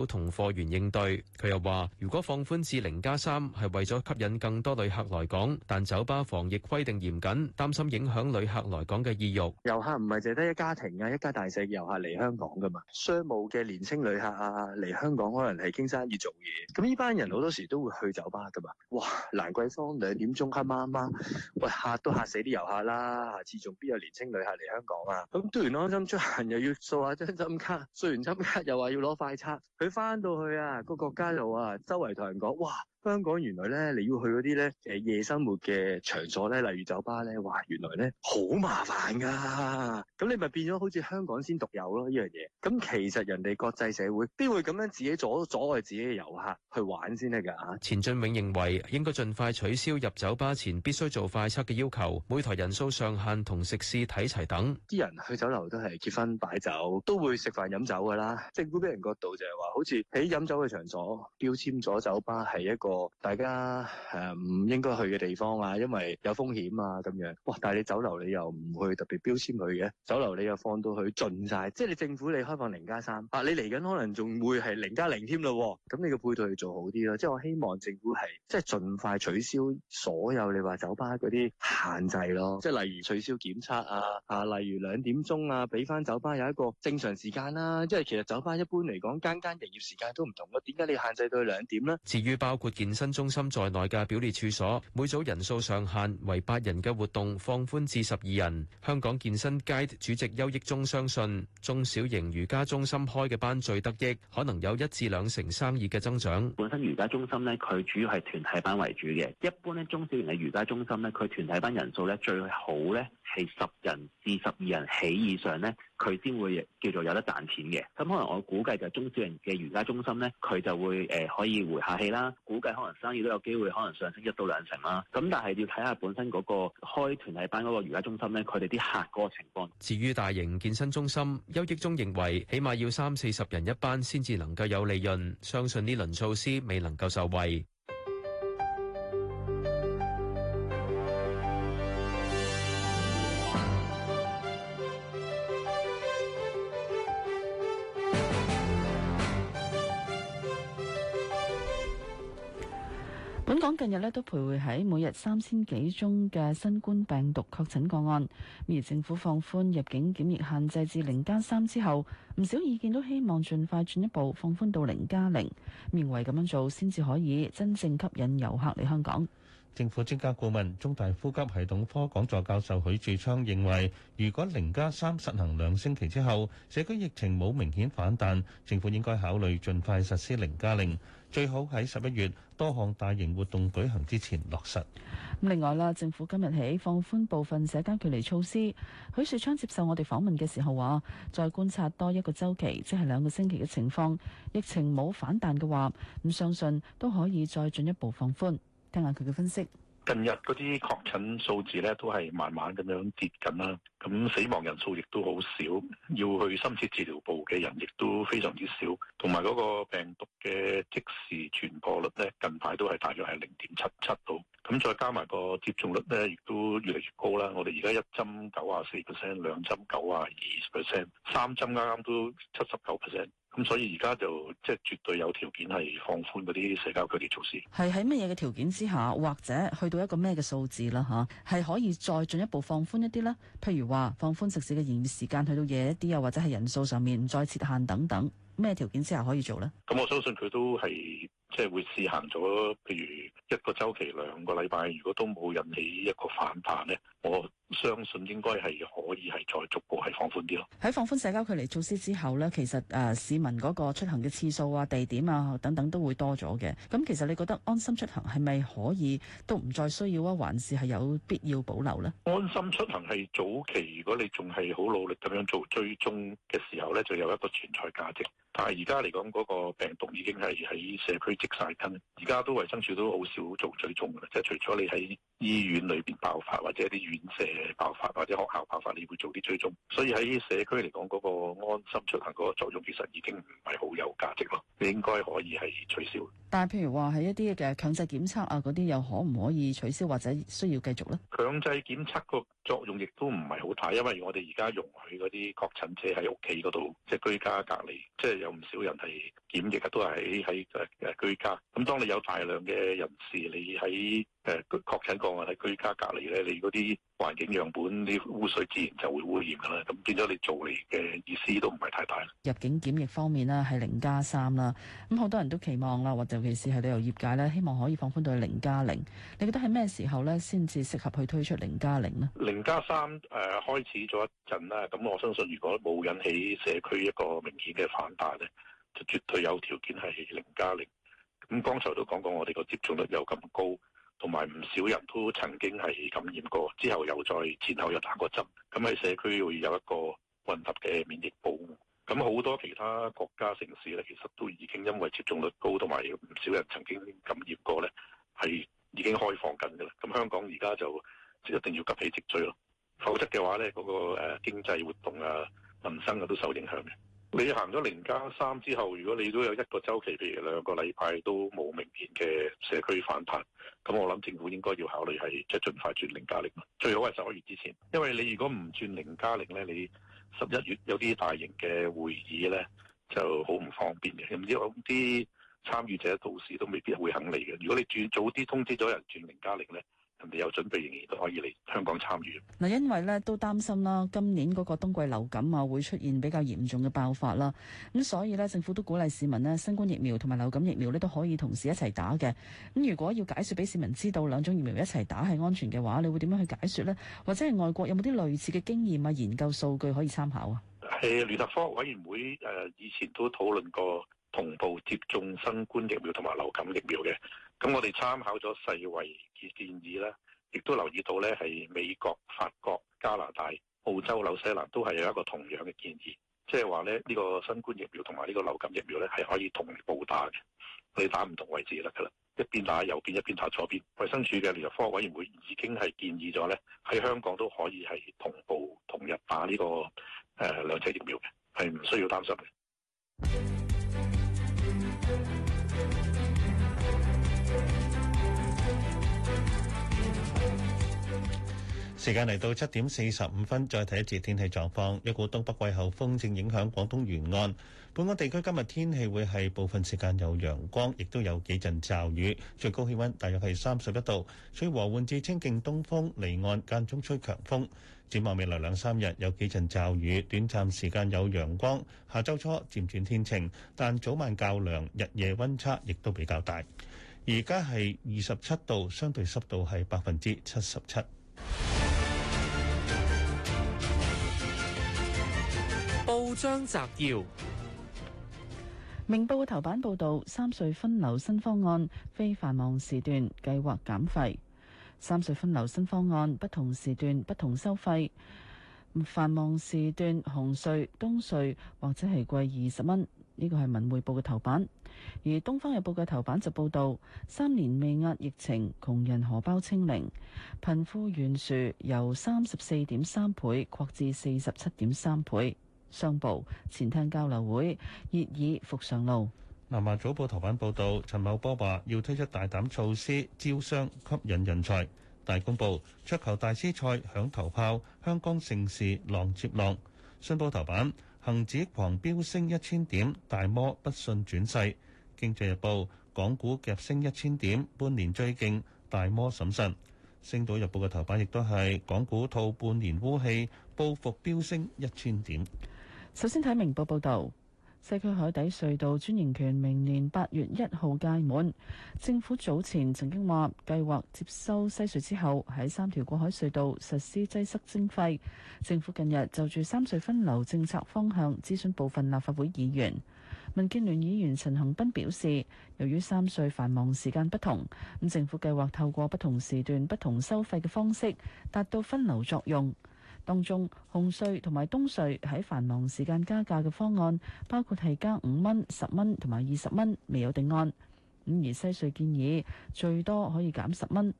同貨源應對。佢又話，如果放寬至零加三係為咗吸引更多旅客來港，但酒吧防疫規定嚴謹，擔心影響旅客來港嘅意欲。 遊客唔係淨係得一家庭啊，一家大細遊客嚟香港噶嘛，商務嘅年輕旅客啊嚟香港可能係經生意做嘢，咁呢班人好多時都會去酒吧噶嘛。哇，蘭桂坊兩點鐘黑媽媽，喂，嚇都嚇死啲遊客啦，下次仲邊有年輕旅客嚟香港啊？咁嘟完安心出行又要掃下張針卡，掃完針卡又話要攞快測，佢翻到去啊個國家度啊，周圍同人講，哇！香港原來咧，你要去嗰啲咧誒夜生活嘅場所咧，例如酒吧咧，哇！原來咧好麻煩噶，咁你咪變咗好似香港先獨有咯呢樣嘢。咁其實人哋國際社會邊會咁樣自己阻阻礙自己嘅遊客去玩先得㗎嚇？ 錢俊永認為應該盡快取消入酒吧前必須做快測嘅要求，每台人數上限同食肆睇齊等。 啲人去酒樓都係結婚擺酒，都會食飯飲酒㗎啦。政府俾人角度就係話，好似喺飲酒嘅場所標籤咗酒吧係一個大家誒唔應該去嘅地方啊，因為有風險啊咁樣。哇！但係你酒樓你又唔去特別標籤佢嘅，酒樓你又放到佢盡晒，即係你政府你開放零加三啊，你嚟緊可能仲會係零加零添咯。咁你個配套要做好啲咯。即係我希望政府係即係盡快取消所有你話酒吧嗰啲限制咯。即係例如取消檢測啊啊，例如兩點鐘啊，俾翻酒吧有一個正常時間啦。即係其實酒吧一般嚟講間間營業時間都唔同咯，點解你限制到兩點呢？ 至於包括健身中心在內嘅表列處所，每組人數上限為八人嘅活動放寬至十二人。香港健身界主席邱益忠相信，中小型瑜伽中心開嘅班最得益，可能有一至兩成生意嘅增長。 本身瑜伽中心咧，佢主要係團體班為主嘅。一般咧，中小型嘅瑜伽中心咧，佢團體班人數咧最好咧係十人至十二人起以上咧，佢先會叫做有得賺錢嘅。咁可能我估計就中小型嘅瑜伽中心咧，佢就會誒、呃、可以回下氣啦。估計可能生意都有機會可能上升一到兩成啦。咁但係要睇下本身嗰個開團體班嗰個瑜伽中心咧，佢哋啲客嗰個情況。 至於大型健身中心，邱益忠認為起碼要三四十人一班先至能夠有利潤，相信呢輪措施未能夠受惠。 本港近日咧都徘徊喺每日三千幾宗嘅新冠病毒確診個案，而政府放寬入境檢疫限制至零加三之後，唔少意見都希望盡快進一步放寬到零加零，認為咁樣做先至可以真正吸引遊客嚟香港。 政府專家顧問、中大呼吸系統科講座教授許樹昌認為，如果零加三實行兩星期之後，社區疫情冇明顯反彈，政府應該考慮盡快實施零加零，最好喺十一月多項大型活動舉行之前落實。 另外啦，政府今日起放寬部分社交距離措施。許樹昌接受我哋訪問嘅時候話，再觀察多一個週期，即係兩個星期嘅情況，疫情冇反彈嘅話，咁相信都可以再進一步放寬。聽下佢嘅分析。 近日嗰啲確診數字咧都係慢慢咁樣跌緊啦，咁死亡人數亦都好少，要去深切治療部嘅人亦都非常之少，同埋嗰個病毒嘅即時傳播率咧近排都係大約係零點七七度，咁再加埋個接種率咧亦都越嚟越高啦。我哋而家一針九啊四 percent， 兩針九啊二 percent， 三針啱啱都七十九 percent。咁所以而家就即係絕對有條件係放寬嗰啲社交距離措施。 係喺乜嘢嘅條件之下，或者去到一個咩嘅數字啦？嚇，係可以再進一步放寬一啲咧？譬如話放寬食肆嘅營業時間去到夜一啲，又或者係人數上面唔再設限等等，咩條件之下可以做咧？ 咁我相信佢都係即係會試行咗，譬如一個週期兩個禮拜，如果都冇引起一個反彈咧，我相信應該係可以係再逐步係放寬啲咯。 喺放寬社交距離措施之後呢，其實誒、呃、市民嗰個出行嘅次數啊、地點啊等等都會多咗嘅。咁其實你覺得安心出行係咪可以都唔再需要啊，還是係有必要保留呢？ 安心出行係早期，如果你仲係好努力咁樣做追蹤嘅時候呢，就有一個存在價值。但係而家嚟講，嗰個病毒已經係喺社區積晒根，而家都衛生署都好少做追蹤嘅，即係除咗你喺醫院裏邊爆發，或者一啲院舍爆發，或者學校爆發，你會做啲追蹤。所以喺社區嚟講，嗰個安心出行嗰個作用其實已經唔係好有價值咯。你應該可以係取消。 但係譬如話係一啲嘅強制檢測啊，嗰啲又可唔可以取消或者需要繼續咧？ 強制檢測個作用亦都唔係好大，因為我哋而家容許嗰啲確診者喺屋企嗰度即係居家隔離，即係有唔少人係檢疫啊，都係喺喺誒誒居家。咁當你有大量嘅人士，你喺誒確診個案喺居家隔離咧，你嗰啲環境樣本啲污水自然就會污染㗎啦。咁變咗你做嚟嘅意思都唔係太大。 入境檢疫方面呢係零加三啦，咁好多人都期望啦，或者尤其是係旅遊業界咧，希望可以放寬到零加零。你覺得係咩時候咧先至適合去推出零加零呢？ 零加三誒開始咗一陣啦，咁我相信如果冇引起社區一個明顯嘅反彈咧，就絕對有條件係零加零。咁剛才都講過，我哋個接種率又咁高，同埋唔少人都曾經係感染過，之後又再前後又打過針，咁喺社區會有一個混合嘅免疫保護。咁好多其他國家城市咧，其實都已經因為接種率高，同埋唔少人曾經感染過咧，係已經開放緊㗎啦。咁香港而家就一定要急起直追咯，否則嘅話咧，嗰個誒經濟活動啊、民生啊都受影響嘅。你行咗零加三之後，如果你都有一個週期，譬如兩個禮拜都冇明顯嘅社區反彈，咁我諗政府應該要考慮係即係盡快轉零加零，最好係十一月之前。因為你如果唔轉零加零咧，你十一月有啲大型嘅會議咧就好唔方便嘅，咁啲啲參與者到時都未必會肯嚟嘅。如果你轉早啲通知咗人轉零加零咧，人哋有準備，仍然都可以嚟香港參與。 嗱，因為咧都擔心啦，今年嗰個冬季流感啊會出現比較嚴重嘅爆發啦，咁所以咧政府都鼓勵市民呢，新冠疫苗同埋流感疫苗咧都可以同時一齊打嘅。咁如果要解説俾市民知道兩種疫苗一齊打係安全嘅話，你會點樣去解説呢？或者係外國有冇啲類似嘅經驗啊、研究數據可以參考啊？ 係聯合科學委員會誒以前都討論過同步接種新冠疫苗同埋流感疫苗嘅。咁我哋參考咗世衛嘅建議咧，亦都留意到咧係美國、法國、加拿大、澳洲、紐西蘭都係有一個同樣嘅建議，即係話咧呢個新冠疫苗同埋呢個流感疫苗咧係可以同步打嘅，你打唔同位置就得㗎啦，一邊打右邊，一邊打左邊。衛生署嘅聯合科學委員會已經係建議咗咧喺香港都可以係同步同日打呢個誒兩隻疫苗嘅，係唔需要擔心嘅。 時間嚟到七點四十五分，再睇一節天氣狀況。一股東北季候風正影響廣東沿岸，本港地區今日天氣會係部分時間有陽光，亦都有幾陣驟雨，最高氣溫大約係三十一度，吹和緩至清勁東風，離岸間中吹強風。展望未來兩三日有幾陣驟雨，短暫時間有陽光，下週初漸轉天晴，但早晚較涼，日夜溫差亦都比較大。而家係二十七度，相對濕度係百分之七十七。 報章摘要： 明報嘅頭版報導，三隧分流新方案，非繁忙時段計劃減費。三隧分流新方案，不同時段不同收費。繁忙時段紅隧、東隧或者係貴二十蚊。呢個係文匯報嘅頭版。而《東方日報》嘅頭版就報導，三年未壓疫情，窮人荷包清零，貧富懸殊由三十四點三倍擴至四十七點三倍。商報前廳交流會熱議復上路。 南華早報頭版報導，陳茂波話要推出大膽措施招商吸引人才。大公報桌球大師賽響頭炮，香港盛事浪接浪。信報頭版恒指狂飆升一千點，大摩不信轉勢。經濟日報港股夾升一千點，半年最勁，大摩審慎。星島日報嘅頭版亦都係港股套半年污氣，報復飆升一千點。 首先睇明報報導。西區海底隧道專營權明年八月一號屆滿，政府早前曾經話計劃接收西隧之後，喺三條過海隧道實施擠塞徵費。政府近日就住三隧分流政策方向諮詢部分立法會議員。民建聯議員陳恒鑌表示，由於三隧繁忙時間不同，咁政府計劃透過不同時段不同收費嘅方式，達到分流作用。當中紅隧同埋東隧喺繁忙時間加價嘅方案，包括係加五蚊、十蚊同埋二十蚊，未有定案。咁而西隧建議最多可以減十蚊。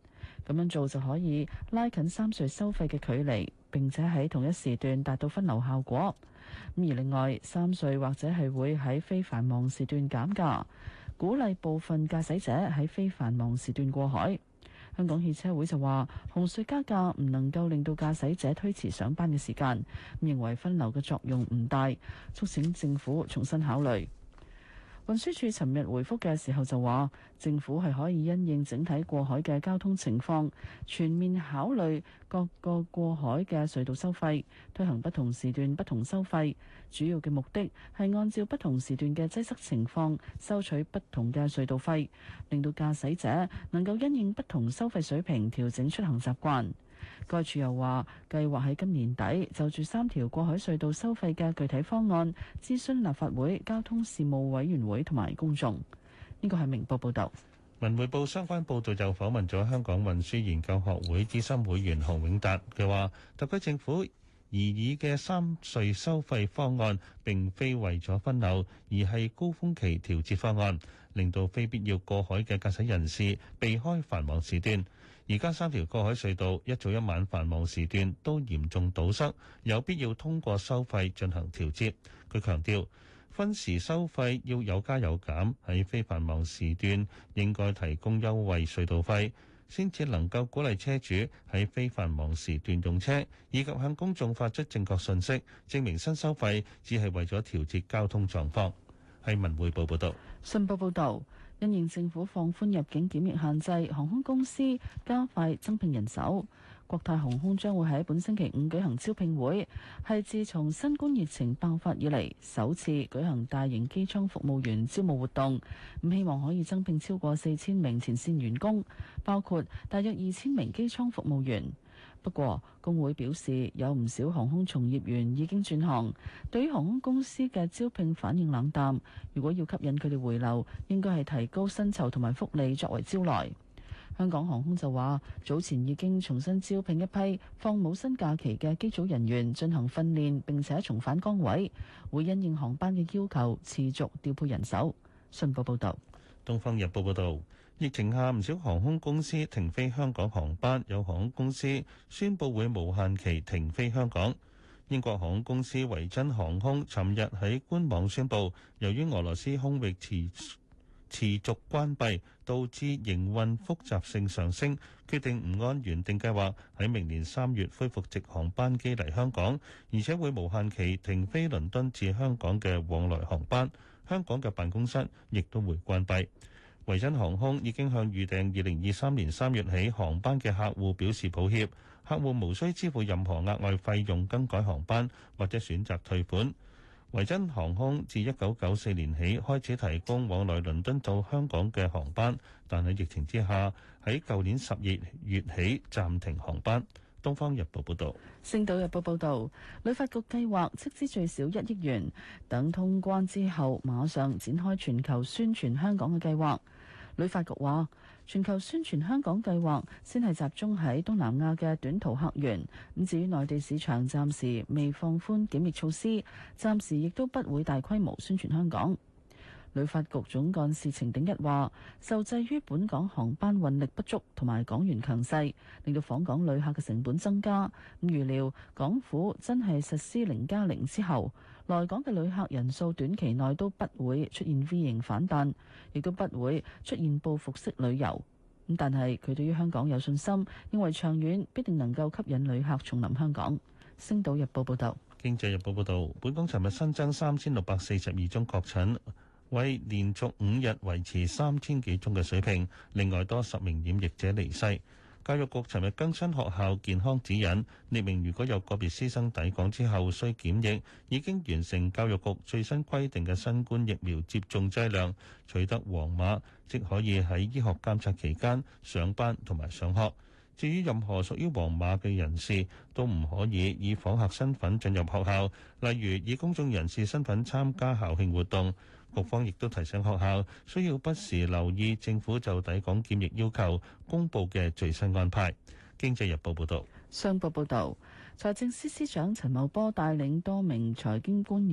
咁樣做就可以拉近三隧收費嘅距離，並且喺同一時段達到分流效果。咁而另外，三隧或者係會喺非繁忙時段減價，鼓勵部分駕駛者喺非繁忙時段過海。香港汽車會就話，紅隧加價唔能夠令到駕駛者推遲上班嘅時間，認為分流嘅作用唔大，促請政府重新考慮。運輸署尋日回覆嘅時候就話，政府係可以因應整體過海嘅交通情況，全面考慮各個過海嘅隧道收費，推行不同時段不同收費。主要嘅目的係按照不同時段嘅擠塞情況，收取不同嘅隧道費，令到駕駛者能夠因應不同收費水平調整出行習慣。該處又話，計劃喺今年底就住三條過海隧道收費嘅具體方案諮詢立法會交通事務委員會同埋公眾。呢個係明報報導。 文匯報相關報導就訪問咗香港運輸研究學會資深會員洪永達，佢話特區政府擬議嘅三隧收費方案並非為咗分流，而係高峰期調節方案，令到非必要過海嘅駕駛人士避開繁忙時段。而家三條過海隧道一早一晚繁忙時段都嚴重堵塞，有必要通過收費進行調節。佢強調，分時收費要有加有減，喺非繁忙時段應該提供優惠隧道費，先至能夠鼓勵車主喺非繁忙時段用車，以及向公眾發出正確信息，證明新收費只係為咗調節交通狀況。係文匯報報導。 信報報導。因應政府放寬入境檢疫限制，航空公司加快增聘人手。國泰航空將會喺本星期五舉行招聘會，係自從新冠疫情爆發以嚟首次舉行大型機艙服務員招募活動。咁希望可以增聘超過四千名前線員工，包括大約二千名機艙服務員。不過，工會表示有唔少航空從業員已經轉行，對於航空公司嘅招聘反應冷淡。如果要吸引佢哋回流，應該係提高薪酬同埋福利作為招來。香港航空就話，早前已經重新招聘一批放冇薪假期嘅機組人員進行訓練，並且重返崗位，會因應航班嘅要求持續調配人手。信報報道。 東方日報報導。疫情下，唔少航空公司停飛香港航班，有航空公司宣布會無限期停飛香港。英國航空公司維珍航空尋日喺官網宣布，由於俄羅斯空域持持續關閉，導致營運複雜性上升，決定唔按原定計劃喺明年三月恢復直航班機嚟香港，而且會無限期停飛倫敦至香港嘅往來航班，香港嘅辦公室亦都會關閉。維珍航空已經向預訂二零二三年三月起航班嘅客戶表示抱歉，客戶無需支付任何額外費用更改航班或者選擇退款。維珍航空自一九九四年起開始提供往來倫敦到香港嘅航班，但喺疫情之下，喺舊年十二月起暫停航班。《東方日報》報導，《 星島日報》報導，旅發局計劃斥資最少一億元，等通關之後馬上展開全球宣傳香港嘅計劃。旅發局話，全球宣傳香港計劃先係集中喺東南亞嘅短途客源，咁至於內地市場暫時未放寬檢疫措施，暫時亦都不會大規模宣傳香港。旅發局總幹事程鼎一話，受制於本港航班運力不足同埋港元強勢，令到訪港旅客嘅成本增加。咁預料港府真係實施零加零之後，來港嘅旅客人數短期內都不會出現 V 型反彈，亦都不會出現報復式旅遊。咁但係佢對於香港有信心，認為長遠必定能夠吸引旅客重臨香港。星島日報報道。 經濟日報報導，本港尋日新增三千六百四十二宗確診，為連續五日維持三千幾宗嘅水平。另外多十名染疫者離世。教育局尋日更新學校健康指引，列明如果有個別師生抵港之後需檢疫，已經完成教育局最新規定嘅新冠疫苗接種劑量，取得黃碼，即可以喺醫學監察期間上班同埋上學。至於任何屬於黃碼嘅人士，都唔可以以訪客身份進入學校，例如以公眾人士身份參加校慶活動。局方亦都提醒學校需要不時留意政府就抵港檢疫要求公佈嘅最新安排。經濟日報報導。 商報報導，財政司司長陳茂波帶領多名財經官員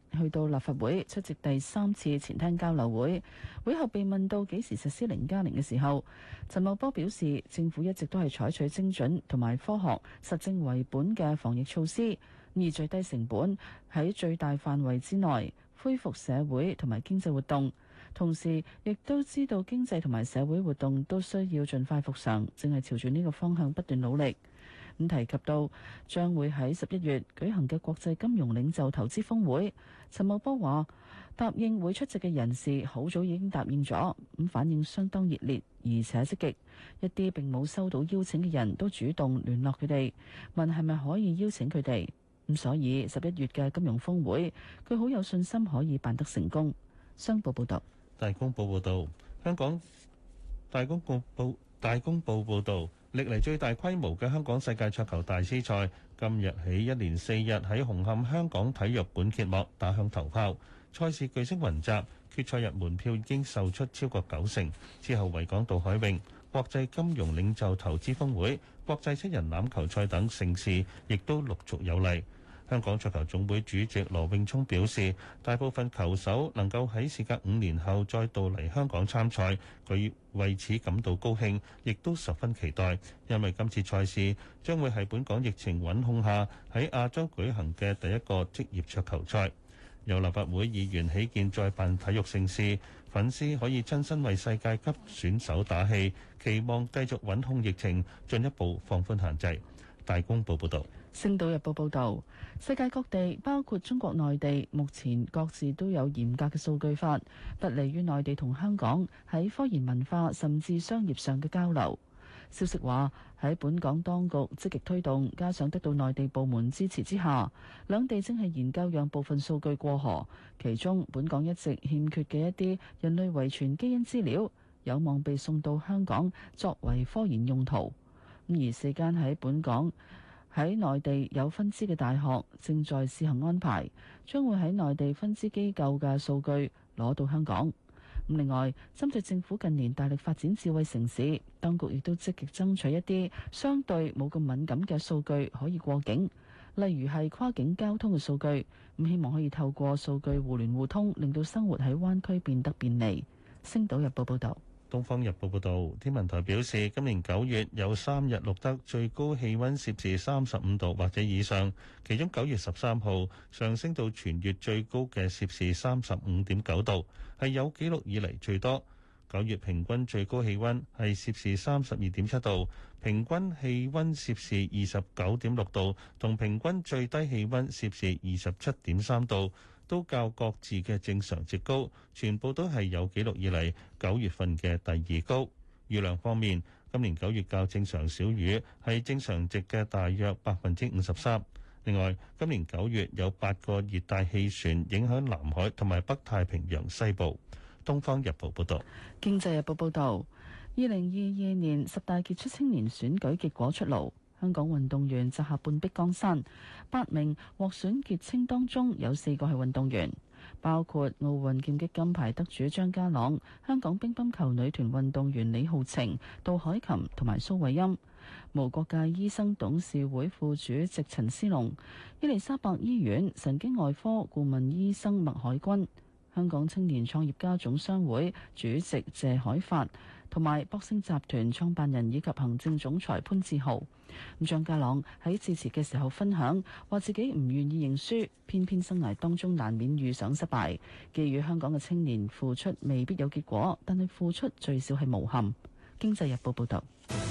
去到立法會出席第三次前廳交流會，會後被問到幾時實施零加零嘅時候，陳茂波表示，政府一直都係採取精準同埋科學、實證為本嘅防疫措施，以最低成本喺最大範圍之內恢復社會同埋經濟活動。同時，亦都知道經濟同埋社會活動都需要盡快復常，正係朝住呢個方向不斷努力。咁提及到將會喺十一月舉行嘅國際金融領袖投資峰會，陳茂波話答應會出席嘅人士好早已經答應咗，咁反應相當熱烈而且積極。一啲並冇收到邀請嘅人都主動聯絡佢哋，問係咪可以邀請佢哋。咁所以十一月嘅金融峰會，佢好有信心可以辦得成功。商報報道。 大公報報導，香港大公報報大公報報導，歷嚟最大規模嘅香港世界桌球大師賽，今日起一連四日喺紅磡香港體育館揭幕，打響頭炮。賽事巨星雲集，決賽日門票已經售出超過九成。之後維港渡海泳、國際金融領袖投資峰會、國際七人欖球賽等盛事，亦都陸續有嚟。香港桌球總會主席羅永聰表示，大部分球手能夠喺事隔五年後再度嚟香港參賽，佢為此感到高興，亦都十分期待，因為今次賽事將會係本港疫情穩控下喺亞洲舉行嘅第一個職業桌球賽。有立法會議員喜見再辦體育盛事，粉絲可以親身為世界級選手打氣，期望繼續穩控疫情，進一步放寬限制。大公報報導。 《星島日報》報導，世界各地包括中國內地，目前各自都有嚴格嘅數據法，不利於內地同香港喺科研文化甚至商業上嘅交流。消息話喺本港當局積極推動，加上得到內地部門支持之下，兩地正係研究讓部分數據過河，其中本港一直欠缺嘅一啲人類遺傳基因資料，有望被送到香港作為科研用途。咁而四間喺本港喺內地有分支嘅大學正在試行安排，將會喺內地分支機構嘅數據攞到香港。咁另外，針對政府近年大力發展智慧城市，當局亦都積極爭取一啲相對冇咁敏感嘅數據可以過境，例如係跨境交通嘅數據。咁希望可以透過數據互聯互通，令到生活喺灣區變得便利。星島日報報道。 《東方日報》報導，天文台表示，今年九月有三日錄得最高氣温攝氏三十五度或者以上，其中九月十三號上升到全月最高嘅攝氏三十五點九度，係有記錄以嚟最多。九月平均最高氣温係攝氏三十二點七度，平均氣温攝氏二十九點六度，同平均最低氣温攝氏二十七點三度。都較各自嘅正常值高，全部都係有記錄以嚟九月份嘅第二高。雨量方面，今年九月較正常少雨，係正常值嘅大約百分之五十三。另外，今年九月有八個熱帶氣旋影響南海同埋北太平洋西部。《東方日報》報導，《 經濟日報》報導，二零二二年十大傑出青年選舉結果出爐。香港運動員摘下半壁江山，八名獲選傑青當中有四個係運動員，包括奧運劍擊金牌得主張家朗、香港乒乓球女團運動員李浩晴、杜凱琹同埋蘇慧音，無國界醫生董事會副主席陳思龍、伊利沙伯醫院神經外科顧問醫生麥海軍、香港青年創業家總商會主席謝海發同埋博星集團創辦人以及行政總裁潘志豪。咁張家朗喺致辭嘅時候分享，話自己唔願意認輸，偏偏生涯當中難免遇上失敗。寄語香港嘅青年付出未必有結果，但係付出最少係無憾。經濟日報報道。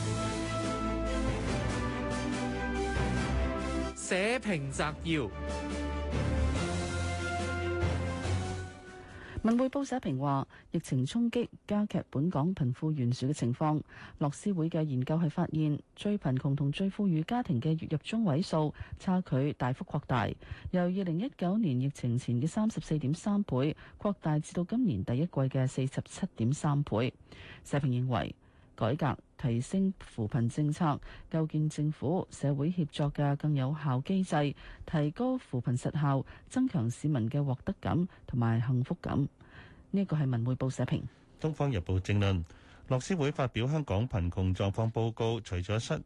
社評摘要。 文匯報社評話，疫情衝擊加劇本港貧富懸殊嘅情況。樂施會嘅研究係發現，最貧窮同最富裕家庭嘅月入中位數差距大幅擴大，由二零一九年疫情前嘅三十四點三倍擴大至到今年第一季嘅四十七點三倍。社評認為，改革提升扶貧政策，構建政府社會協作嘅更有效機制，提高扶貧實效，增強市民嘅獲得感同埋幸福感。呢個係文匯報社評。《 東方日報》正論，樂施會發表香港貧窮狀況報告，除咗失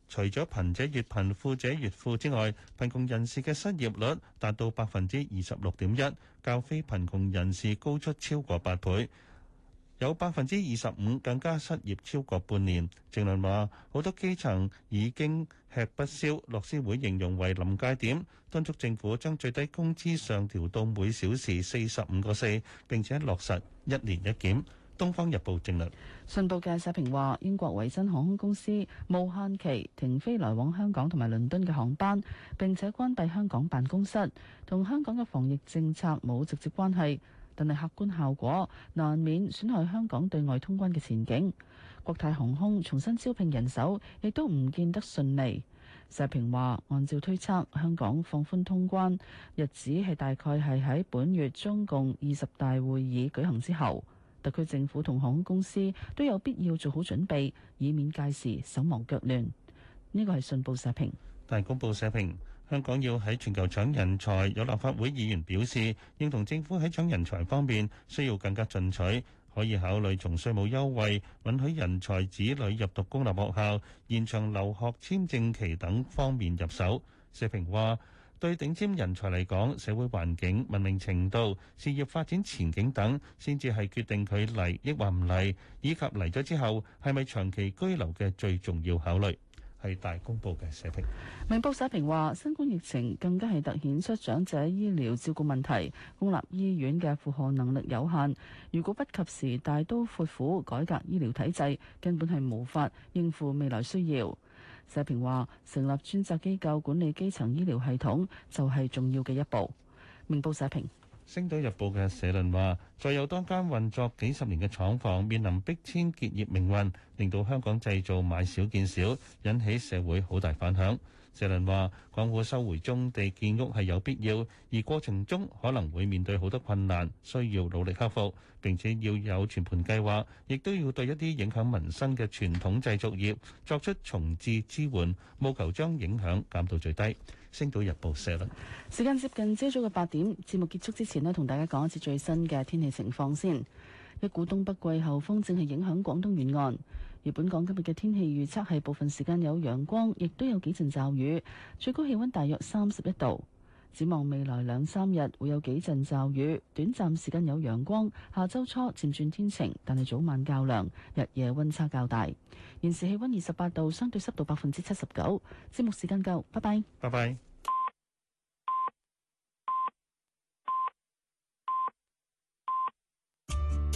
除咗貧者越貧、富者越富之外，貧窮人士嘅失業率達到百分之二十六點一，較非貧窮人士高出超過八倍。有百分之二十五更加失業超過半年。正論話，好多基層已經吃不消，樂施會形容為臨界點，敦促政府將最低工資上調到每小時四十五個四，並且落實一年一檢。《東方日報》正論。 信報嘅社評話，英國維珍航空公司無限期停飛來往香港同埋倫敦嘅航班，並且關閉香港辦公室，同香港嘅防疫政策冇直接關係。但係客觀效果難免損害香港對外通關嘅前景。國泰航空重新招聘人手，亦都唔見得順利。社評話，按照推測，香港放寬通關日子係大概係喺本月中共二十大會議舉行之後。特區政府同航空公司都有必要做好準備，以免屆時手忙腳亂。呢個係信報社評。 大公報社評。香港要喺全球搶人才，有立法會議員表示，認同政府喺搶人才方面需要更加進取，可以考慮從稅務優惠、允許人才子女入讀公立學校、延長留學簽證期等方面入手。社評話，對頂尖人才嚟講，社會環境、文明程度、事業發展前景等，先至係決定佢嚟抑或唔嚟，以及嚟咗之後係咪長期居留嘅最重要考慮。係大公報嘅社評。 明報社評話，新冠疫情更加係突顯出長者醫療照顧問題，公立醫院嘅負荷能力有限，如果不及時大刀闊斧改革醫療體制，根本係無法應付未來需要。社評話，成立專責機構管理基層醫療系統就係重要嘅一步。明報社評。 《星島日報》嘅社論話，再有多間運作幾十年嘅廠房面臨逼遷結業命運，令到香港製造買少見少，引起社會好大反響。社論話，港府收回棕地建屋係有必要，而過程中可能會面對好多困難，需要努力克服，並且要有全盤計劃，亦都要對一啲影響民生嘅傳統製造業作出重置支援，務求將影響減到最低。星島日報社論。 時間接近朝早嘅八點，節目結束之前呢，同大家講一次最新嘅天氣情況先。一股東北季候風正係影響廣東沿岸，而本港今日嘅天氣預測係部分時間有陽光，亦都有幾陣驟雨，最高氣溫大約三十一度。展望未來兩三日會有幾陣驟雨，短暫時間有陽光，下周初漸轉天晴，但係早晚較涼，日夜溫差較大。現時氣溫二十八度，相對濕度百分之七十九。節目時間夠，拜拜。 拜拜。